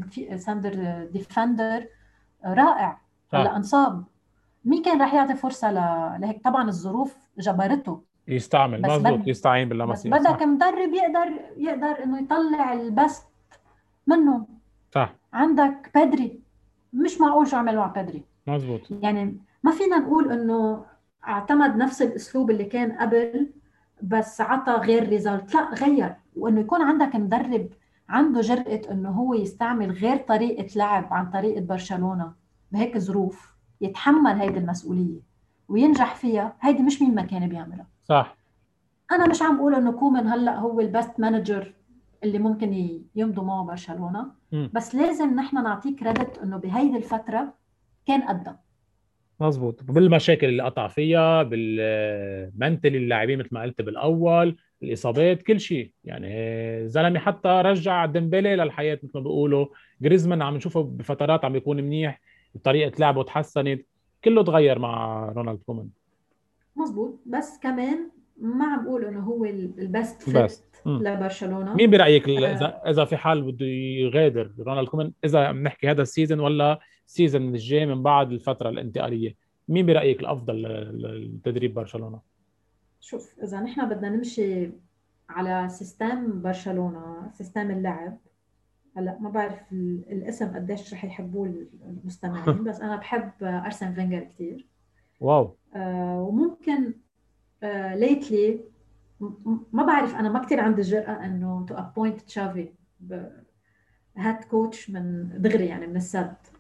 سنتر ديفندر رائع. هلا انصاب، مين كان رح يعطي فرصه لهيك؟ طبعا الظروف جبرته، يستعمل. بس مظبوط، يستعين بس باللمسيه. بدك صح. مدرب يقدر انه يطلع البست منهم. صح. عندك بيدري، مش معقول شو عمل مع بيدري. مظبوط. يعني ما فينا نقول انه اعتمد نفس الاسلوب اللي كان قبل بس عطى غير ريزلت، لا غير. وانه يكون عندك مدرب عنده جرأة انه هو يستعمل غير طريقة لعب عن طريقة برشلونة بهيك ظروف، يتحمل هيدي المسؤولية وينجح فيها، هيدي مش مين ما كان بيعملها. صح. انا مش عم بقول انه كومان هلا هو البست مانجر اللي ممكن يمضوا معه برشلونة، بس لازم نحن نعطيه كريدت انه بهيدي الفترة كان قدم. مظبوط، بالمشاكل اللي قطع فيها، بالمنتل اللاعبين مثل ما قلت بالاول، الاصابات، كل شيء. يعني زلمه حتى رجع ديمبلي للحياه مثل ما بيقولوا. جريزمان عم نشوفه بفترات عم بيكون منيح، طريقه لعبه تحسنت، كله تغير مع رونالد كومان. مظبوط، بس كمان ما عم بقول انه هو البست فيت بس لبرشلونة. مين برايك اذا في حال بده يغادر رونالد كومان، اذا بنحكي هذا السيزون ولا السيزون الجاي من بعد الفتره الانتقاليه، مين برايك الافضل لتدريب برشلونه؟ شوف، اذا نحن بدنا نمشي على سيستم برشلونة، سيستم اللعب، هلا ما بعرف الاسم قديش رح يحبوه المستمعين، بس انا بحب ارسن فينجر كثير. واو. وممكن ليتلي ما بعرف، انا ما كثير عندي الجرأة انه تو ابوينت تشافي هاد كوتش من دغري، يعني من السد.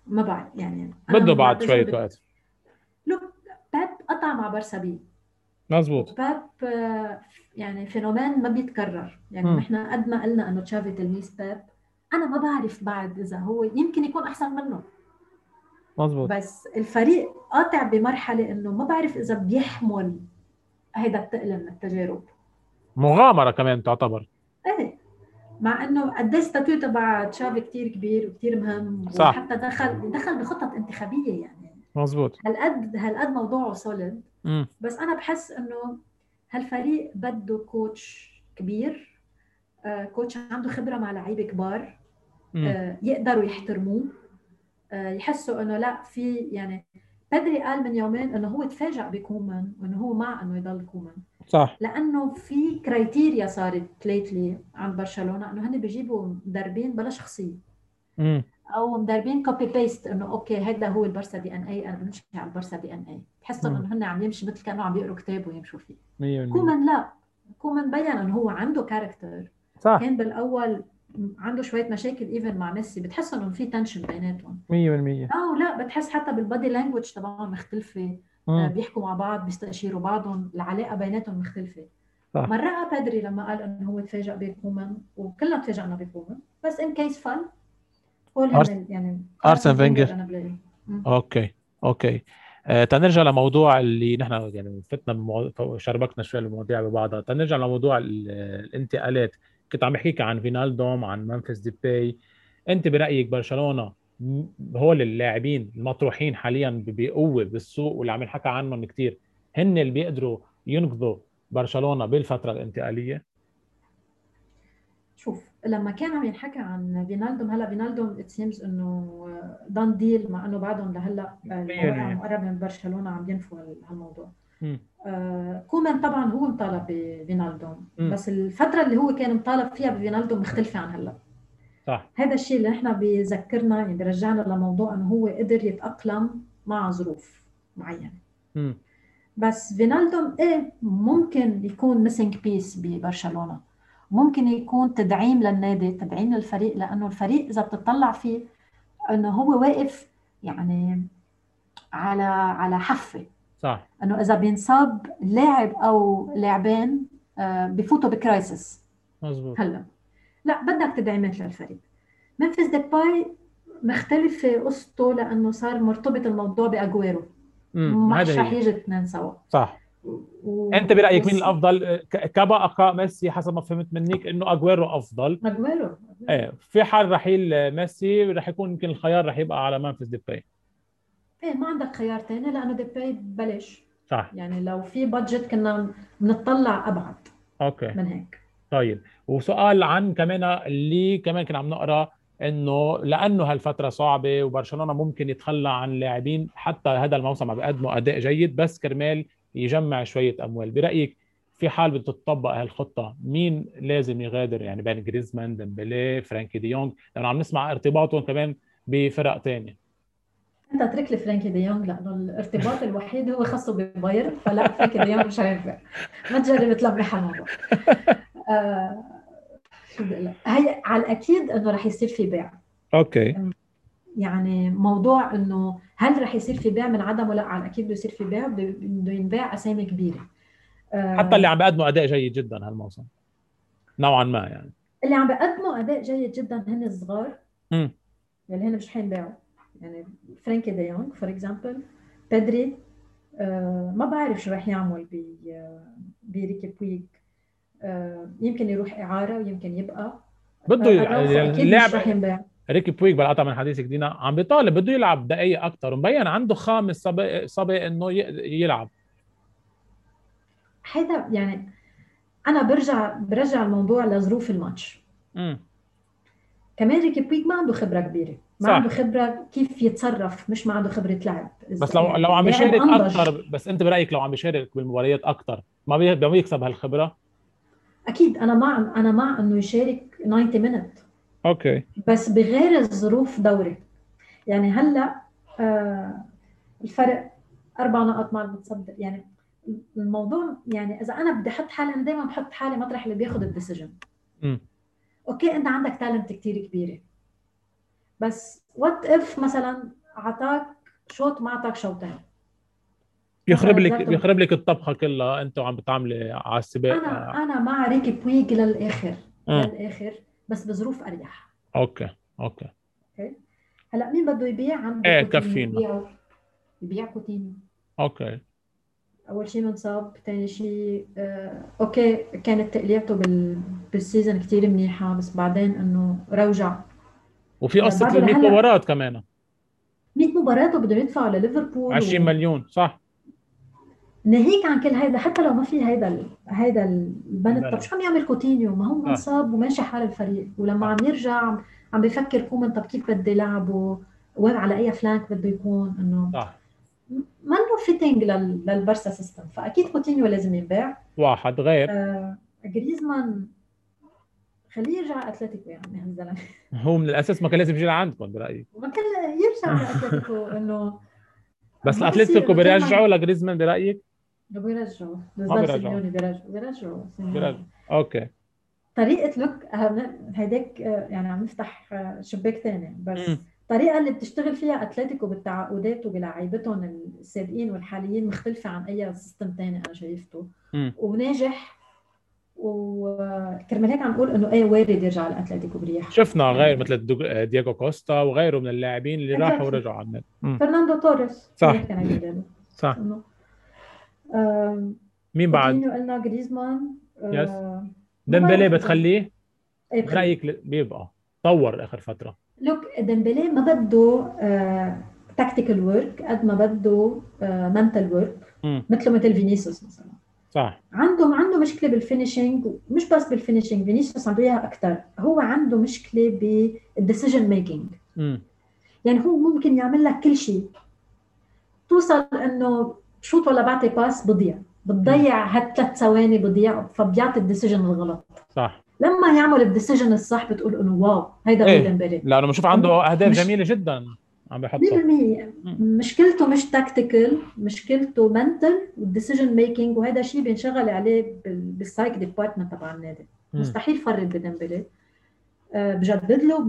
ما بعرف يعني، انا بده من بعد شويه تجربه. وقت. لوك، باب قطع مع برسابي، مزبوط. وباب يعني فينومين ما بيتكرر. يعني امم نحن قد ما قلنا انه تشافي تلميذ باب، انا ما بعرف بعد اذا هو يمكن يكون احسن منه. مزبوط. بس الفريق قاطع بمرحله انه ما بعرف اذا بيحمل هيدا الثقل من التجارب. مغامره كمان تعتبر. ايه، مع انه قد ايه ستاتيو تبع تشافي كثير كبير وكثير مهم، صح. وحتى دخل بخطط انتخابيه يعني. مزبوط. هالقد موضوعه سوليد. امم بس انا بحس انه هالفريق بده كوتش كبير، كوتش عنده خبره مع لعيبه كبار، امم يقدروا يحترموه، يحسوا انه لا في يعني. بدري قال من يومين انه هو تفاجأ بكومان وانه هو مع انه يضل كومان، صح. لانه في كرايتيريا صارت ليتلي عند برشلونه انه هن بيجيبوا مدربين بلا شخصيه، امم او مدربين كوبي بيست، انه اوكي هذا هو البارسا دي ان اي، انا بمشي على البارسا دي ان اي. بحسهم انه هن عم يمشي مثل كانوا عم يقروا كتاب ويمشوا فيه. 100%. كومان لا، كومان بين انه هو عنده كاركتر. صح. كان بالاول عنده شويه مشاكل ايفن مع ميسي، بتحس انه في تنشن بيناتهم. 100%. اه لا، بتحس حتى بالبادي لانجوج تبعهم مختلفه. امم بيحكوا مع بعض، بيستشيروا بعضهم، العلاقه بيناتهم مختلفه. صح. مرة بادري لما قال انه هو تفاجأ بكومان، وكلنا تفاجئنا بكومان، بس ان كيس فال هول أرس... هن يعني ارسن ارسن فينجر فينجر. انا بلاقي. اوكي. اوكي. تنرجع لموضوع اللي نحن يعني فتنا شربكنا شوي المواضيع ببعضها. تنرجع لموضوع الانتقالات. كنت عم بحكيك عن فينالدوم، عن منفس ديباي. انت برايك برشلونه هول اللاعبين المطروحين حاليا بقوه بالسوق واللي عم ينحكى عنهم كثير، هن اللي بيقدروا ينقذوا برشلونه بالفتره الانتقاليه؟ شوف، لما كان عم ينحكى عن فينالدوم، هلا فينالدوم ات سيمز انه دان ديل، مع انه بعدهم لهلا المواقع 100%. المقربه من برشلونه عم ينفوا هالموضوع. امم كومان طبعا هو مطالب بفينالدوم، امم بس الفتره اللي هو كان مطالب فيها بفينالدوم مختلفه عن هلا. صح. هذا الشيء اللي نحن بيذكرنا، يعني بيرجعنا لموضوع انه هو قدر يتاقلم مع ظروف معينه. امم بس فينالدوم ايه ممكن يكون ميسنج بيس ببرشلونة، ممكن يكون تدعيم للنادي، تدعيم للفريق، لأنه الفريق إذا بتطلع فيه أنه هو واقف يعني على حافة، صح. أنه إذا بينصاب لاعب أو لاعبين بفوتوا بكرايسس. مزبوط. هلا لا، بدك تدعيمات للفريق. منفس ديباي مختلفة قصته، لأنه صار مرتبط الموضوع بأجويرو، ما هذا حش رح هي. يجي اثنين سوا. صح. انت برايك مين الافضل كبقى ميسي؟ حسب ما فهمت منك انه اجويرو افضل. أجويرو. ايه، في حال رحيل ميسي رح يكون يمكن الخيار رح يبقى على منفس ديباي. ايه، ما عندك خيار تاني لانه ديباي ببلاش. صح. يعني لو في بادجت كنا بنطلع ابعد اوكي. من هيك. طيب، وسؤال عن كمان اللي كمان كنا عم نقرا انه لانه هالفتره صعبه وبرشلونه ممكن يتخلى عن لاعبين حتى هذا الموسم عم بيقدموا اداء جيد بس كرمال يجمع شويه اموال. برايك في حال بتطبق هالخطه مين لازم يغادر؟ يعني بين جريزمان، ديمبلي، فرانكي دي يونغ، لانه عم نسمع ارتباطهم كمان بفرق تانية. انت اترك لي فرانكي دي يونغ، لانه الارتباط الوحيد هو خاصه ببايرن، فلا فرانكي دي يونغ مش هينفع. ما تجرب تلمح الموضوع. آه شو بدي اقول لك، هي على الاكيد انه رح يصير في بيع. اوكي. يعني موضوع انه هل رح يصير في بيع من عدمه؟ لا، على الاكيد بده يصير في بيع، بده ينباع اسامي كبيره. حتى اللي آه عم بيقدموا اداء جيد جدا هالموسم نوعا ما يعني. اللي عم بيقدموا اداء جيد جدا هن الصغار، امم يعني هن مش حينباعوا. يعني فرانكي دي يونغ فور اكزامبل، بيدري، ما بعرف شو رح يعمل بريكي بويغ. يمكن يروح إعارة ويمكن يبقى. بده أراوخو أكيد مش اللعب. رح ينباع. ريكي بويج بالقطع من حديثك دينا عم بيطالب بده يلعب دقائق اكثر ومبين عنده خامس سابق انه يلعب. هذا يعني أنا برجع الموضوع لظروف الماتش. امم كمان ريكي بويغ ما عنده خبرة كبيرة، ما عنده صح. خبرة كيف يتصرف، مش ما عنده خبرة لعب. بس لو يعني عم اللاعب بيشارك أنضج. اكثر، بس انت برايك لو عم بيشارك بالمباريات اكثر ما بيكسب هالخبره؟ أكيد أنا مع إنه يشارك 90 مينت، اوكي. بس بغير الظروف دوري. يعني هلا آه الفرق 4 نقط مع المتصدر. يعني الموضوع، يعني اذا انا بدي احط حالي، انا دائما بحط حالي مطرح اللي بياخذ الديسيجن. امم اوكي، انت عندك تالنت كتير كبيره، بس وات اف مثلا عطاك شوط ما عطاك شوطين، بيخرب مثلا لك نزلتوا. بيخرب لك الطبخه كلها، انتوا عم بتعملي على السباق. انا مع ريكي بويج للاخر، امم للاخر، بس بظروف اريح. اوكي اوكي. اوكي. هلا مين بده يبيع؟ عنده ايه كوتينيو، كفينا. يبيعه. يبيع كوتينيو. اوكي. اول شيء منصاب، ثاني شيء اوكي كانت تقليعته بالسيزون كتير منيحه، بس بعدين انه روجع. وفي قصه بعده ال 100 لهلا مباراه كمان. 100 مباراة وبده يدفعوا لليفربول 20 مليون صح. ناهيك عن كل هيدا، حتى لو ما في هيدا البند، طب البند شو عم يعمل كوتينيو؟ ما هو صح منصاب وماشي حال الفريق، ولما صح عم يرجع عم بيفكر كومان طب كيف بدي لعبه، وين على اي فلانك بده يكون، انه صح. ما انه فيتنج للبرسا سيستم، فاكيد كوتينيو لازم ينباع. واحد غير. جريزمان خليه يرجع على اتلتيكو يا عمي هالزلمه. هو من الاساس ما كان لازم يجي لعندكم برايي. ما كان يرجع على اتلتيكو، انه بس ما بصير الاتليتيكو انه كل بيرجعوا ما لجريزمان برايك؟ بيرجعوا، ما بالضبط بيرجعوا. سيميوني بيرجعوا بيرجعوا. سيميوني. اوكي. طريقة لوك هيداك يعني عم نفتح شباك ثاني، بس امم الطريقة اللي بتشتغل فيها أتلتيكو بالتعاقدات وبلاعيبتهم السابقين والحاليين مختلفة عن أي سيستم ثاني أنا شايفته، امم وناجح. وكرمال هيك عم بقول إنه إيه وارد يرجع لأتلتيكو بريح شفنا غير يعني. مثل دياغو كوستا وغيره من اللاعبين اللي راحوا اكزاكتلي. ورجعوا على النت. فرناندو توريس صح منيح كان هيدا باله. صح. إنه آم، مين بعد؟ كوتينيو قلنا، جريزمان يس. ما ديمبلي بعرف إذا بتخليه؟ إيه بخليه. برايك بيبقى طور اخر فتره؟ لوك ديمبلي ما بده تكتيكال ورك قد ما بده منتال ورك، امم مثل فينيسيوس مثلا. صح. عنده مشكله بالفينيشينج، مش بس بالفينيشينج، فينيسيوس عنده اياها اكثر، هو عنده مشكله بالديسيجن ميكينج. امم يعني هو ممكن يعمل لك كل شيء، توصل انه شوط ولا بعطي باس بضيع، امم بتضيع هالثلاث ثواني بضيع، فبيعطي الديسيجن الغلط. صح. لما يعمل الديسيجن الصح بتقول انه واو هيدا هو ايه ديمبلي. لانه بشوف عنده اهداف مش جميله جدا عم بيحطها. 100%. امم مشكلته مش تاكتيكال، مشكلته منتل والديسيجن ميكينج، وهذا شيء بينشغل عليه بالسايك ديبارتمنت تبع النادي. امم مستحيل فرد بديمبلي. بجدد له،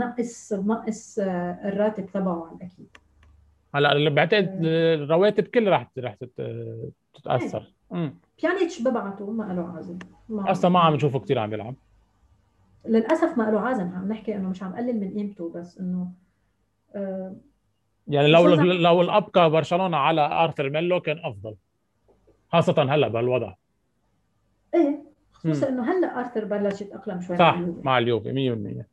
بنقص الراتب تبعه على الاكيد. هلا اللي بعتقد آه، الرواتب كلها راح ايه تتاثر. بيانيتش ببعته ما له عازم. اصلا ما عم ما نشوفه كثير عم بيلعب. للاسف ما له عازم، عم نحكي انه مش عم قلل من قيمته، بس انه آه، يعني لو خصوصا لو الابقى برشلونه على ارثر ميلو كان افضل، خاصه هلا بهالوضع. ايه، امم خصوصا انه هلا ارثر بلش يتاقلم شوي مع صح اليوفي. مع اليوفي 100%.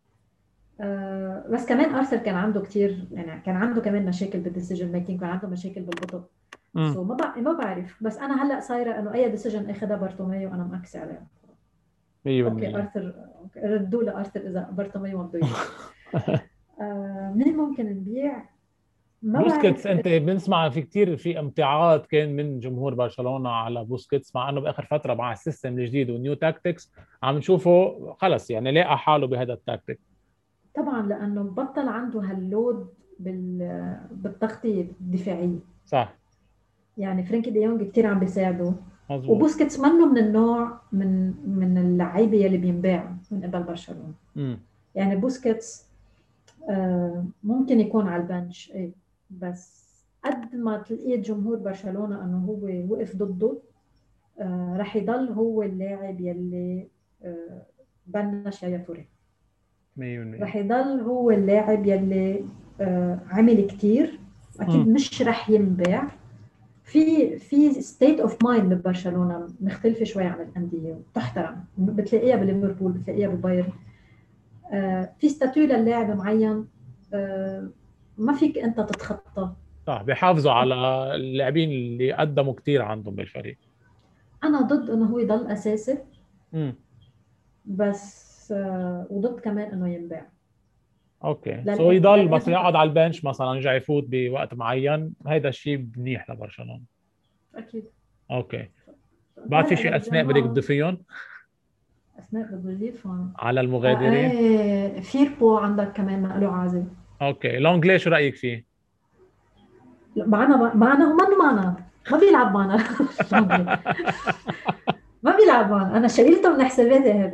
بس كمان ارثر كان عنده كتير، يعني كان عنده كمان مشاكل بالديسيجن ميكينج، كان عنده مشاكل بالبطء. امم سو ما بعرف، بس انا هلا صايره انه اي ديسيجن اخذها بارتوميو انا مأكسه عليها. اوكي 100%. ارثر، أوكي. ردوا لارثر اذا بارتوميو ما بده يروح. مين ممكن نبيع؟ ما بوسكيتس، بعرف. انت بنسمع في كتير في امتعاض كان من جمهور برشلونه على بوسكيتس، مع انه باخر فتره مع السيستم الجديد والنيو تاكتكس عم نشوفه خلص يعني لاقى حاله بهذا التاكتيك. طبعا لانه بطل عنده هاللود بالتغطيه الدفاعيه. صح يعني فرانكي دي يونغ كثير عم بيساعده. مزبوط. وبوسكيتس منه من النوع من اللعيبه يلي بينباع من قبل برشلونه. امم يعني بوسكيتس ممكن يكون على البنش ايه، بس قد ما تلقيت جمهور برشلونه انه هو وقف ضده، رح يضل هو اللاعب يلي بنش يا توري. 100%. رح يضل هو اللاعب يلي عمل كتير، اكيد امم مش رح ينباع. في ستيت اوف مايند ببرشلونه مختلفه شوي عن الانديه وتحترم، بتلاقيها بليفربول، بتلاقيها ببايرن. في ستاتيو للاعب معين، آه، ما فيك انت تتخطى. صح بيحافظوا على اللاعبين اللي قدموا كتير عندهم بالفريق. انا ضد انه هو يضل اساسي، امم بس وضد كمان انه ينباع اوكي سو يضل بس للاخر. يقعد على البنش مثلا يرجع يفوت بوقت معين، هيدا الشيء منيح لبرشلونه. اكيد. اوكي. بعد في وهلا اذا شيء اسماء بدك بتجمعوا تضيفيهم اسماء بتضيفهم. على المغادرين؟ ايه فيربو عندك كمان ما له عازم. اوكي لونجلي شو رايك فيه؟ لا، معنا هو منه معنا، ما بيلعب معنا. ما بيلعب معنا، انا شايلته من حساباتي هذا.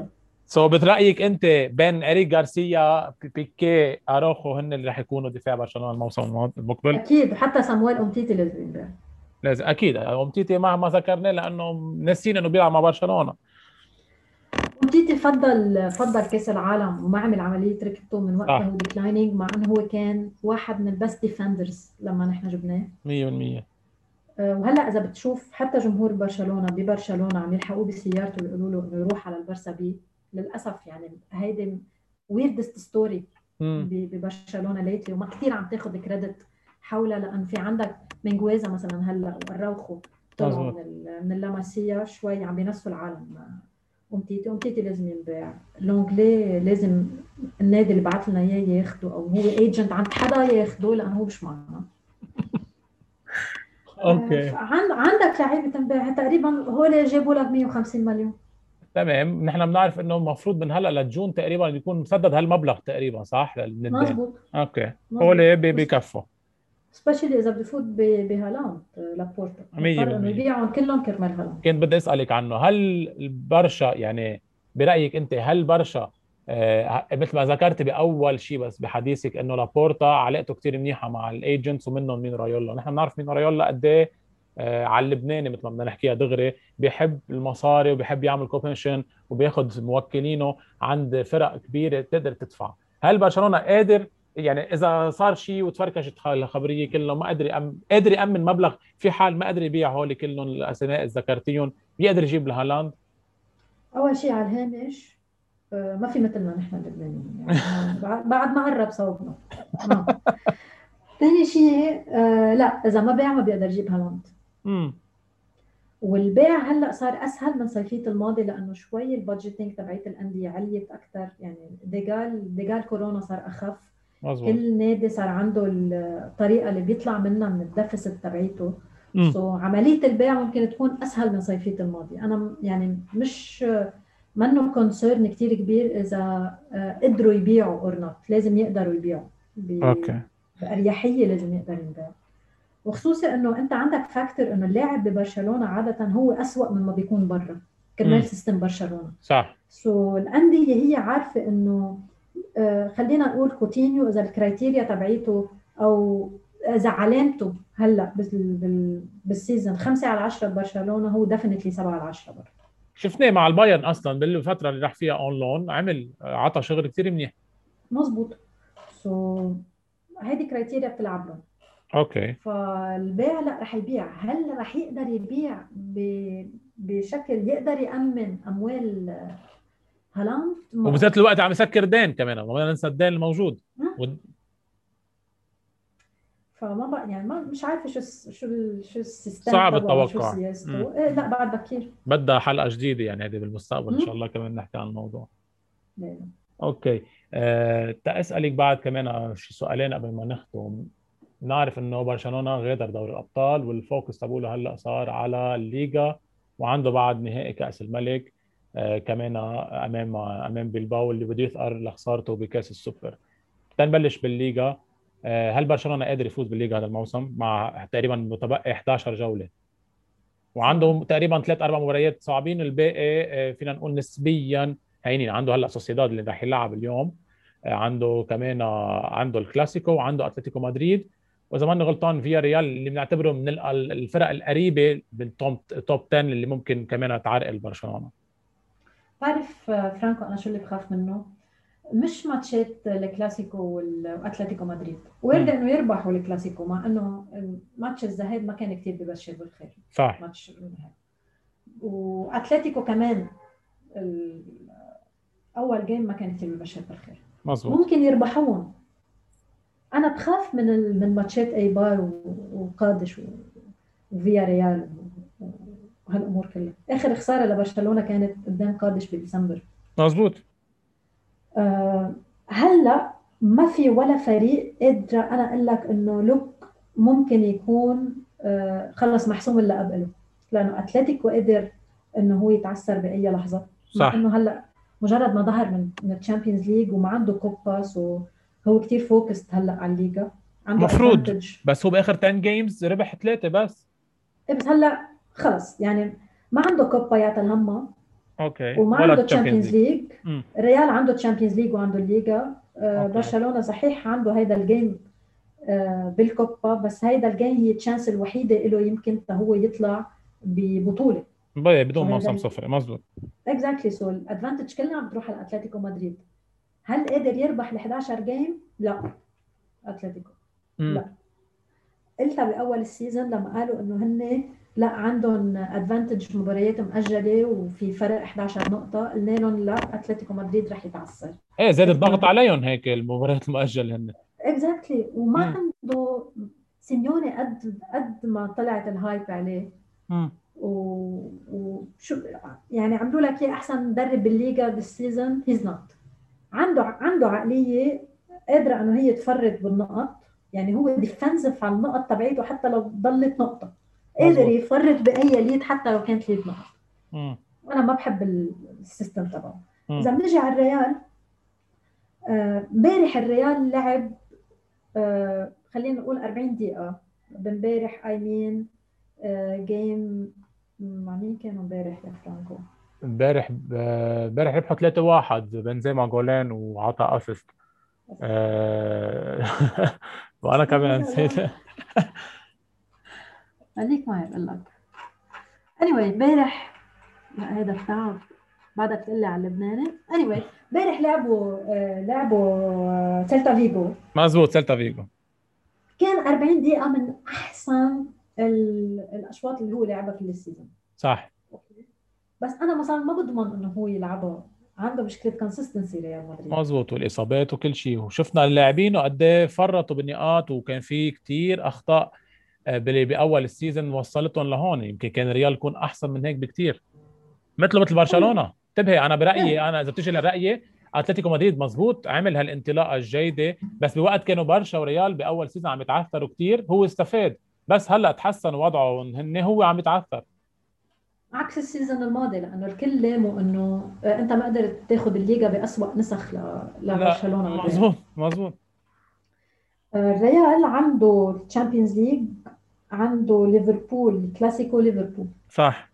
سو بترأيك انت بين اريك غارسيا بيكي اروخو هن اللي رح يكونوا دفاع برشلونة الموسم المقبل؟ اكيد، وحتى صامويل امتيتي لازم ينباع. لازم اكيد امتيتي مهما ذكرنا لانه نسينا انه بيلعب مع برشلونة. امتيتي فضل كاس العالم وما عمل عمليه ركبته من وقتها صح. هو ديكلايننج، مع انه هو كان واحد من البست ديفندرز لما نحن جبناه. 100%. وهلا اذا بتشوف حتى جمهور برشلونه ببرشلونه عم يلحقوه بسيارته بيقولوا له انه يروح على البرسا بي. للاسف يعني هيدي ويردست ستوري امم ببرشلونه ليتلي، وما كثير عم تاخذ كريدت حولها، لان في عندك مينغويزا مثلا هلا واراوخو طلعوا مظبوط. من اللاماسيا شوي عم بينسوا العالم. امتيتي لازم ينباع. لونجلي لازم النادي اللي بعث لنا اياه ياخده، او هو ايجنت عند حدا ياخده، لانه هو مش معنا. اوكي عندك لعيبه تنباع تقريبا، هو اللي جابوا لك 150 مليون. تمام. نحن بنعرف انه المفروض من هلا لجون تقريبا يكون مسدد هالمبلغ تقريبا، صح، من الدين. مزبوط. اوكي. هو مزبوط. اللي بكفوا. سبيشلي اذا بفوت بهالاند لابورتا، مضطر انه 100%. يبيعهم كلهم كرمال هالاند. كنت بدي اسالك عنه، هل برشا يعني برايك انت هل برشا مثل ما ذكرت باول شيء بس بحديثك انه لابورتا علاقته كتير منيحه مع الايجنتس ومنهم مين رايولا، نحن بنعرف مين رايولا قد ايه على اللبناني مثل ما بدنا نحكيها دغري بيحب المصاري وبيحب يعمل كوميشن وبياخذ موكلينه عند فرق كبيره تقدر تدفع. هل برشلونه قادر يعني اذا صار شيء وتفركشت الخبريه كله ما قادر يامن مبلغ في حال ما قدر يبيع هول كلهم الاسماء اللي ذكرتيهم بيقدر يجيب لهالاند؟ اول شيء على الهامش، ما في مثلنا نحن اللبنانيين، يعني بعد ما قرب صوبنا. ثاني شيء، لا اذا ما باع ما بيقدر يجيب هالاند. امم والبيع هلا صار اسهل من صيفيه الماضي، لانه شوي البادجيتنج تبعت الانديه عليت اكثر، يعني ديجال كورونا صار اخف. مظبوط. كل نادي صار عنده الطريقه اللي بيطلع منها من الديفيسيت تبعيته. امم عمليه البيع ممكن تكون اسهل من صيفيه الماضي. انا يعني مش منه كونسيرن كثير كبير اذا قدروا يبيعوا اور نوت، لازم يقدروا يبيعوا اوكي. باريحيه، لازم يقدر يبيع. وخصوصي انه انت عندك فاكتور انه اللاعب ببرشلونه عاده هو أسوأ مما بيكون برا كرمال امم سيستم برشلونه. صح. الانديه هي عارفه انه خلينا نقول كوتينيو اذا الكرايتيريا تبعيته، او اذا علامته هلا بالسيزون 5 على 10 ببرشلونه، هو ديفينتلي 7 على 10 برا. شفناه مع البايرن اصلا بالفتره اللي راح فيها اون لون عمل عطى شغل كثير منيح. مزبوط. سو هيدي كرايتيريا بتلعب له. اوكي. فالبيع لا رح يبيع. هل رح يقدر يبيع بشكل يقدر يأمن أموال هالاند؟ ما وبذات بعرف. الوقت عم يسكر دين كمان ما بدنا ننسى الدين الموجود. فما بقى يعني ما مش عارفة شو السيستم صعب تبعه، شو التوقع. سياسته. إيه لا، بعد بكير. بدها حلقه جديده يعني هذه بالمستقبل ان شاء مم. الله كمان نحكي عن الموضوع. لا. اوكي. تأسألك بعد كمان شي سؤالين قبل ما نختم. نعرف انه برشلونة غادر دوري الابطال والفوكس تبعه هلا صار على الليغا وعنده بعد نهائي كأس الملك كمان امام بيلباو اللي بده يثأر لخسارته بكأس السوبر. تنبلش بالليغا. هل برشلونة قادر يفوز بالليغا هذا الموسم مع تقريبا متبقي 11 جولة صعب. وعنده تقريبا 3 4 مباريات صعبين الباقي فينا نقول نسبيا هينين. عنده هلا سوسيداد اللي راح يلعب اليوم. عنده كمان عنده الكلاسيكو وعنده اتلتيكو مدريد واذا ماني غلطان فيا ريال اللي بنعتبره من الفرق القريبه بالتوب 10 اللي ممكن كمان تعرقل برشلونه. بعرف فرانكو، أنا شو اللي بخاف منه؟ مش ماتشات الكلاسيكو واتلتيكو مدريد. وارد امم انه يربحوا الكلاسيكو، مع انه ماتش الذهاب ما كان كتير ببشر بالخير. صح. ماتش النهائي. واتلتيكو كمان اول جيم ما كان كتير ببشر بالخير. مزبوط. ممكن يربحون. انا بخاف من ماتشات ايبار وقادش وفيا ريال وهالامور كلها. اخر خساره لبرشلونه كانت قدام قادش بديسمبر. مزبوط. أه هلا ما في ولا فريق قادره انا اقول لك انه لوك ممكن يكون خلص محسوم اللقب له، لانه اتلتيكو قدر انه هو يتعثر باي لحظه. مع صح. انه هلا مجرد ما ظهر من الشامبيونز ليج وما عنده كوباس، وهو كتير فوكست هلا على الليغا، عنده مفروض. ادفانتج. بس هو باخر 10 جيمز ربح 3 بس. بس هلا خلص يعني ما عنده كوبا يعطي الهمه. اوكي وما ولا عنده تشامبيونز تشامبيونز ليج. ليج. الريال عنده تشامبيونز ليج وعنده الليغا. اوكي برشلونة صحيح عنده هيدا الجيم بالكوبا، بس هيدا الجيم هي التشانس الوحيدة له يمكن هو يطلع ببطولة. بدون هيدا موسم صفري مزبوط. اكزاكتلي. سو الادفانتج كلها عم تروح على اتلتيكو مدريد. هل قادر يربح ال 11 جيم؟ لا. اتلتيكو لا. قلتها باول السيزون لما قالوا انه هن لا عندهم ادفانتج مباريات مؤجله وفي فرق 11 نقطه، قلنا لهم لا، اتلتيكو مدريد رح يتعثر. ايه زاد اتلتيكو الضغط مدريد عليهم هيك المباريات المؤجله هن. اكزاكتلي. وما امم عنده سيميوني قد ما طلعت الهايب عليه. امم وشو يعني عملوا لك ايه احسن مدرب بالليغا بالسيزون؟ هيز نوت. عنده عقليه قادره انه هي تفرط بالنقط. يعني هو ديفنسيف على النقط تبعيته حتى لو ضلت نقطه قادر مزبوط. يفرط باي ليد حتى لو كانت ليد نقط. امم وانا ما بحب السيستم تبعه. اذا امم بنجي على الريال، امبارح الريال لعب خلينا نقول 40 دقيقه. امبارح اي مين جيم مع مين كانوا امبارح يا فرانكو؟ امبارح ربحوا 3-1 بنزيما جولين وعطى اسيست. آه، وانا كمان نسيت. خليك معي بقول لك. anyway امبارح، لا هيدا التعب بعدك تقول لي على اللبناني. anyway امبارح لعبوا سيلتا فيجو. مزبوط سيلتا فيجو. كان 40 دقيقة من أحسن الأشواط اللي هو لعبها في السيزون. صح بس أنا مثلا ما بضمن إنه هو يلعبها. عنده مشكلة كونسيستنسي ريال مدريد. مزبوط والاصابات وكل شيء، وشفنا اللاعبين وقد ايه فرطوا بالنقاط وكان في كتير اخطاء باول السيزون وصلتهم لهون. يمكن كان الريال يكون احسن من هيك بكتير، مثل برشلونه. انتبهي، انا برايي، إيه. انا اذا بتيجي لرايي اتلتيكو مدريد مزبوط عمل هالانطلاقه الجيده، بس بوقت كانوا برشا وريال باول سيزون عم يتعثروا كتير هو استفاد، بس هلا تحسن وضعه هن هو عم يتعثر. عكس السيزون الماضي، لأنه الكل لاموا إنه أنت ما قدرت تاخذ الليغا بأسوأ نسخ لا لبرشلونة والريال. مزبوط مزبوط. الريال عنده تشامبيونز ليج، عنده ليفربول كلاسيكو ليفربول. صح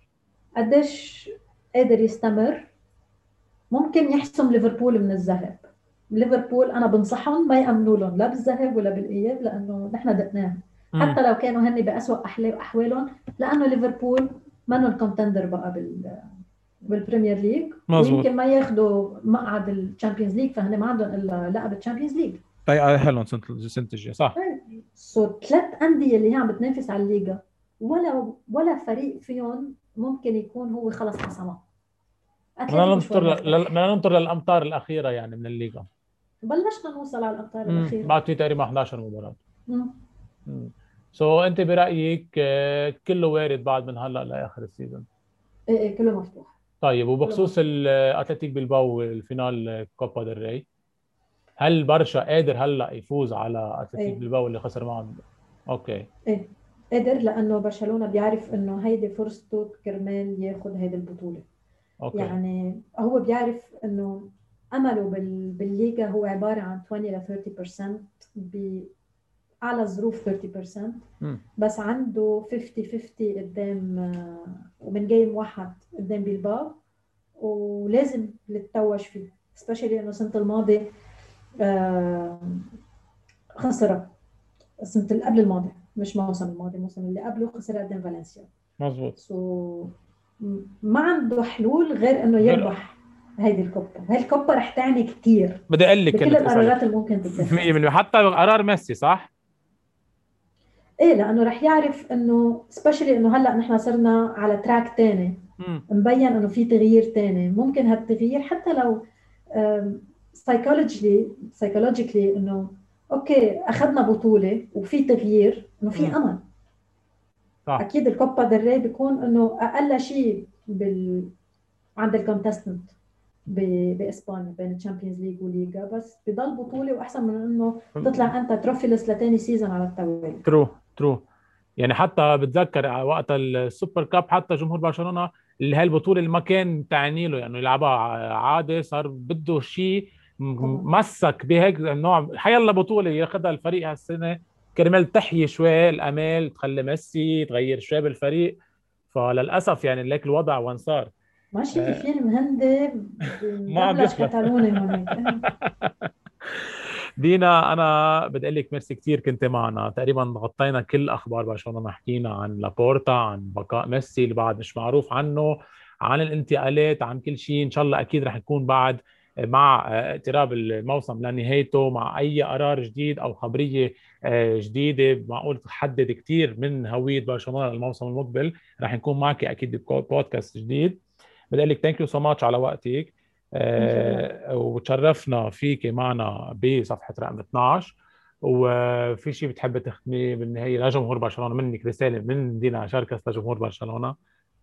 قديش قادر يستمر؟ ممكن يحسم ليفربول من الذهب. ليفربول انا بنصحهم ما يامنوا لهم لا بالذهب ولا بالاياب، لانه نحن دقناهم امم حتى لو كانوا هن باسوا احوالهم، لانه ليفربول منهم كونتندر بقى بالبريمير ليج، مزبوط. ويمكن ما ياخذوا مقعد الشامبيونز ليج، فهن ما عندهم الا لقب الشامبيونز ليج. طيب حلو سنة الجاي صح. سو ثلاث انديه اللي هي عم بتنافس على الليغا، ولا فريق فيهم ممكن يكون هو خلص حسمها. اتلتيكو شوي مرتاح. بدنا ننطر للامتار الاخيره يعني من الليغا. بلشنا نوصل على الامتار الاخيره. بعد في تقريبا 11 مباراه. مم. انت برايك كله وارد بعد من هلا لاخر السيزون. ايه ايه كله مفتوح. طيب كله وبخصوص مفتوح. الاتلتيك بالباو الفينال كوبا ديل ري، هل برشا قادر هلا يفوز على اتلتيك ايه بالباو اللي خسر معهم؟ اوكي ايه قدر، لانه برشلونه بيعرف انه هيدي فرصته كرمال ياخذ هيدي البطوله. اوكي يعني هو بيعرف انه امله بالليغا هو عباره عن 20 ل 30%، باعلى الظروف 30%. امم بس عنده 50 50 قدام ومن جيم واحد قدام بيلباو، ولازم يتوج فيه، سبيشالي انه السنه الماضيه آه، خسر. السنه اللي قبل الماضي، مش الموسم الماضي، الموسم اللي قبله خسر قدام فالنسيا. مزبوط. سو ما عنده حلول غير انه غير يربح هيدي الكوبا. هاي الكوبا رح تعني كثير بدي اقول لك بكل كنت اسالك القرارات اللي ممكن تتاخذ. 100% حتى قرار ميسي صح. ايه، لانه رح يعرف انه سبيشلي انه هلا نحن صرنا على تراك تاني، امم مبين انه في تغيير تاني. ممكن هالتغيير حتى لو سايكولوجيكلي انه اوكي اخذنا بطولة وفي تغيير، انه في امل. صح اكيد الكوبا ديل ري بيكون انه اقل شيء عند الكونتستنت باسبانيا بين الشامبيونز ليج وليغا، بس بضل بطوله واحسن من انه تطلع انت تروفيلس لتاني سيزون على التوالي. ترو ترو. يعني حتى بتذكر وقت السوبر كاب حتى جمهور برشلونة اللي هاي البطولة اللي ما كان تعني له يعني يلعبها عادي، صار بده شيء طبعا. مسك بهيك نوع حيلا بطولة ياخذها الفريق هالسنة كرمال تحيي شوي الامال، تخلي ميسي تغير شوي بالفريق. فللاسف يعني ليك الوضع وين صار. ماشي في فيلم هندي ما عم مدبلج يخلص. كتالوني هونيك. دينا، انا بدي اقول لك ميرسي كثير، كنت معنا تقريبا غطينا كل اخبار برشلونه، حكينا عن لابورتا، عن بقاء ميسي اللي بعد مش معروف عنه، عن الانتقالات، عن كل شيء. ان شاء الله اكيد رح نكون بعد مع اقتراب الموسم لنهايته مع اي قرار جديد او خبريه جديده معقول تحدد كثير من هويه برشلونه للموسم المقبل. رح نكون معك اكيد بودكاست جديد. بدي اقول لك ثانك يو سو ماتش على وقتك. ثانك يو. وتشرفنا فيك معنا بصفحة رقم 12. وفي شيء بتحب تختمي بالنهاية لجمهور برشلونة، منك رسالة من دينا شركس لجمهور برشلونة؟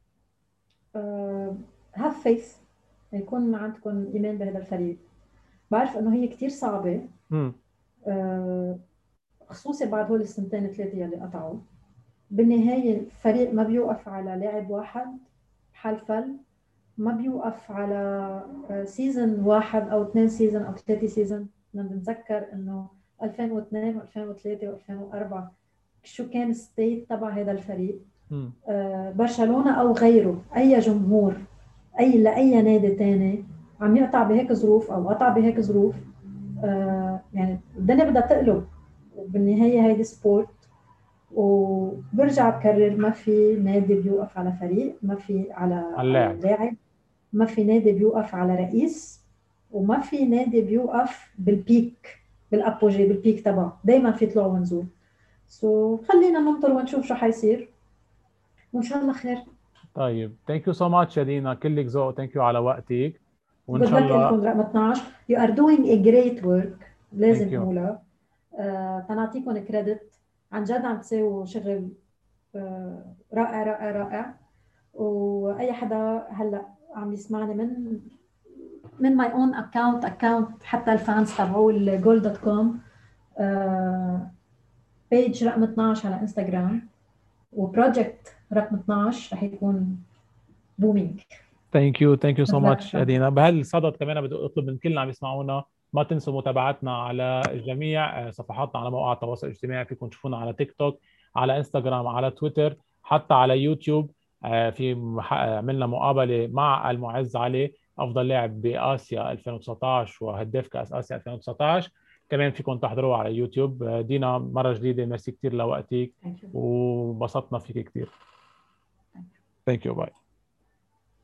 هاف فيث، يكون عندكم ايمان بهذا الفريق. بعرف انه هي كتير صعبه، امم آه، خصوصي بعد هول السنتين ثلاثه يلي قطعوا. بالنهايه الفريق ما بيوقف على لاعب واحد بحال فل، ما بيوقف على سيزن واحد او اثنين سيزن او ثلاثه سيزن. بدنا نتذكر انه 2002 و2003 و2004 شو كان الستيت تبع هذا الفريق. امم برشلونه او غيره، اي جمهور لاي نادي تاني عم يقطع بهيك ظروف او قطع بهيك ظروف، يعني الدنيا بدها تقلب. وبالنهايه هيدي سبورت، وبرجع بكرر ما في نادي بيوقف على فريق، ما في على على اللاعب. لاعب، ما في نادي بيوقف على رئيس، وما في نادي بيوقف بالبيك، بالابوجي، بالبيك تبعه. دايما في طلوع ونزول. خلينا ننطر ونشوف شو حيصير، وان شاء الله خير. طيب ثانك يو سو ماتش يا دينا، كلك ذوق. ثانك يو على وقتك، وإن جود شاء لك الله. لكم رقم 12. You are doing a great work. ثانك لازم يو. اقولها. تنعطيكم كريدت، عن جد عم تسووا شغل رائع رائع رائع. واي حدا هلا عم يسمعني من ماي اون اكونت حتى الفانز تبعوا الجول دوت كوم، بيج رقم 12 على انستغرام، وبروجكت رقم 12 رح يكون بومينج. ثانك يو سو جود لك. ماتش يا دينا. بهالصدد كمان بدي اطلب من كل اللي عم يسمعونا ما تنسوا متابعتنا على جميع صفحاتنا على مواقع التواصل الاجتماعي. فيكم تشوفونا على تيك توك، على انستغرام، على تويتر، حتى على يوتيوب. في عملنا مقابلة مع المعز علي، أفضل لاعب بآسيا 2019 وهداف كأس آسيا 2019. كمان فيكم تحضروه على يوتيوب. دينا مرة جديدة ميرسي كثير لوقتك، ثانك يو. وبسطنا فيك كثير. ثانك يو. باي.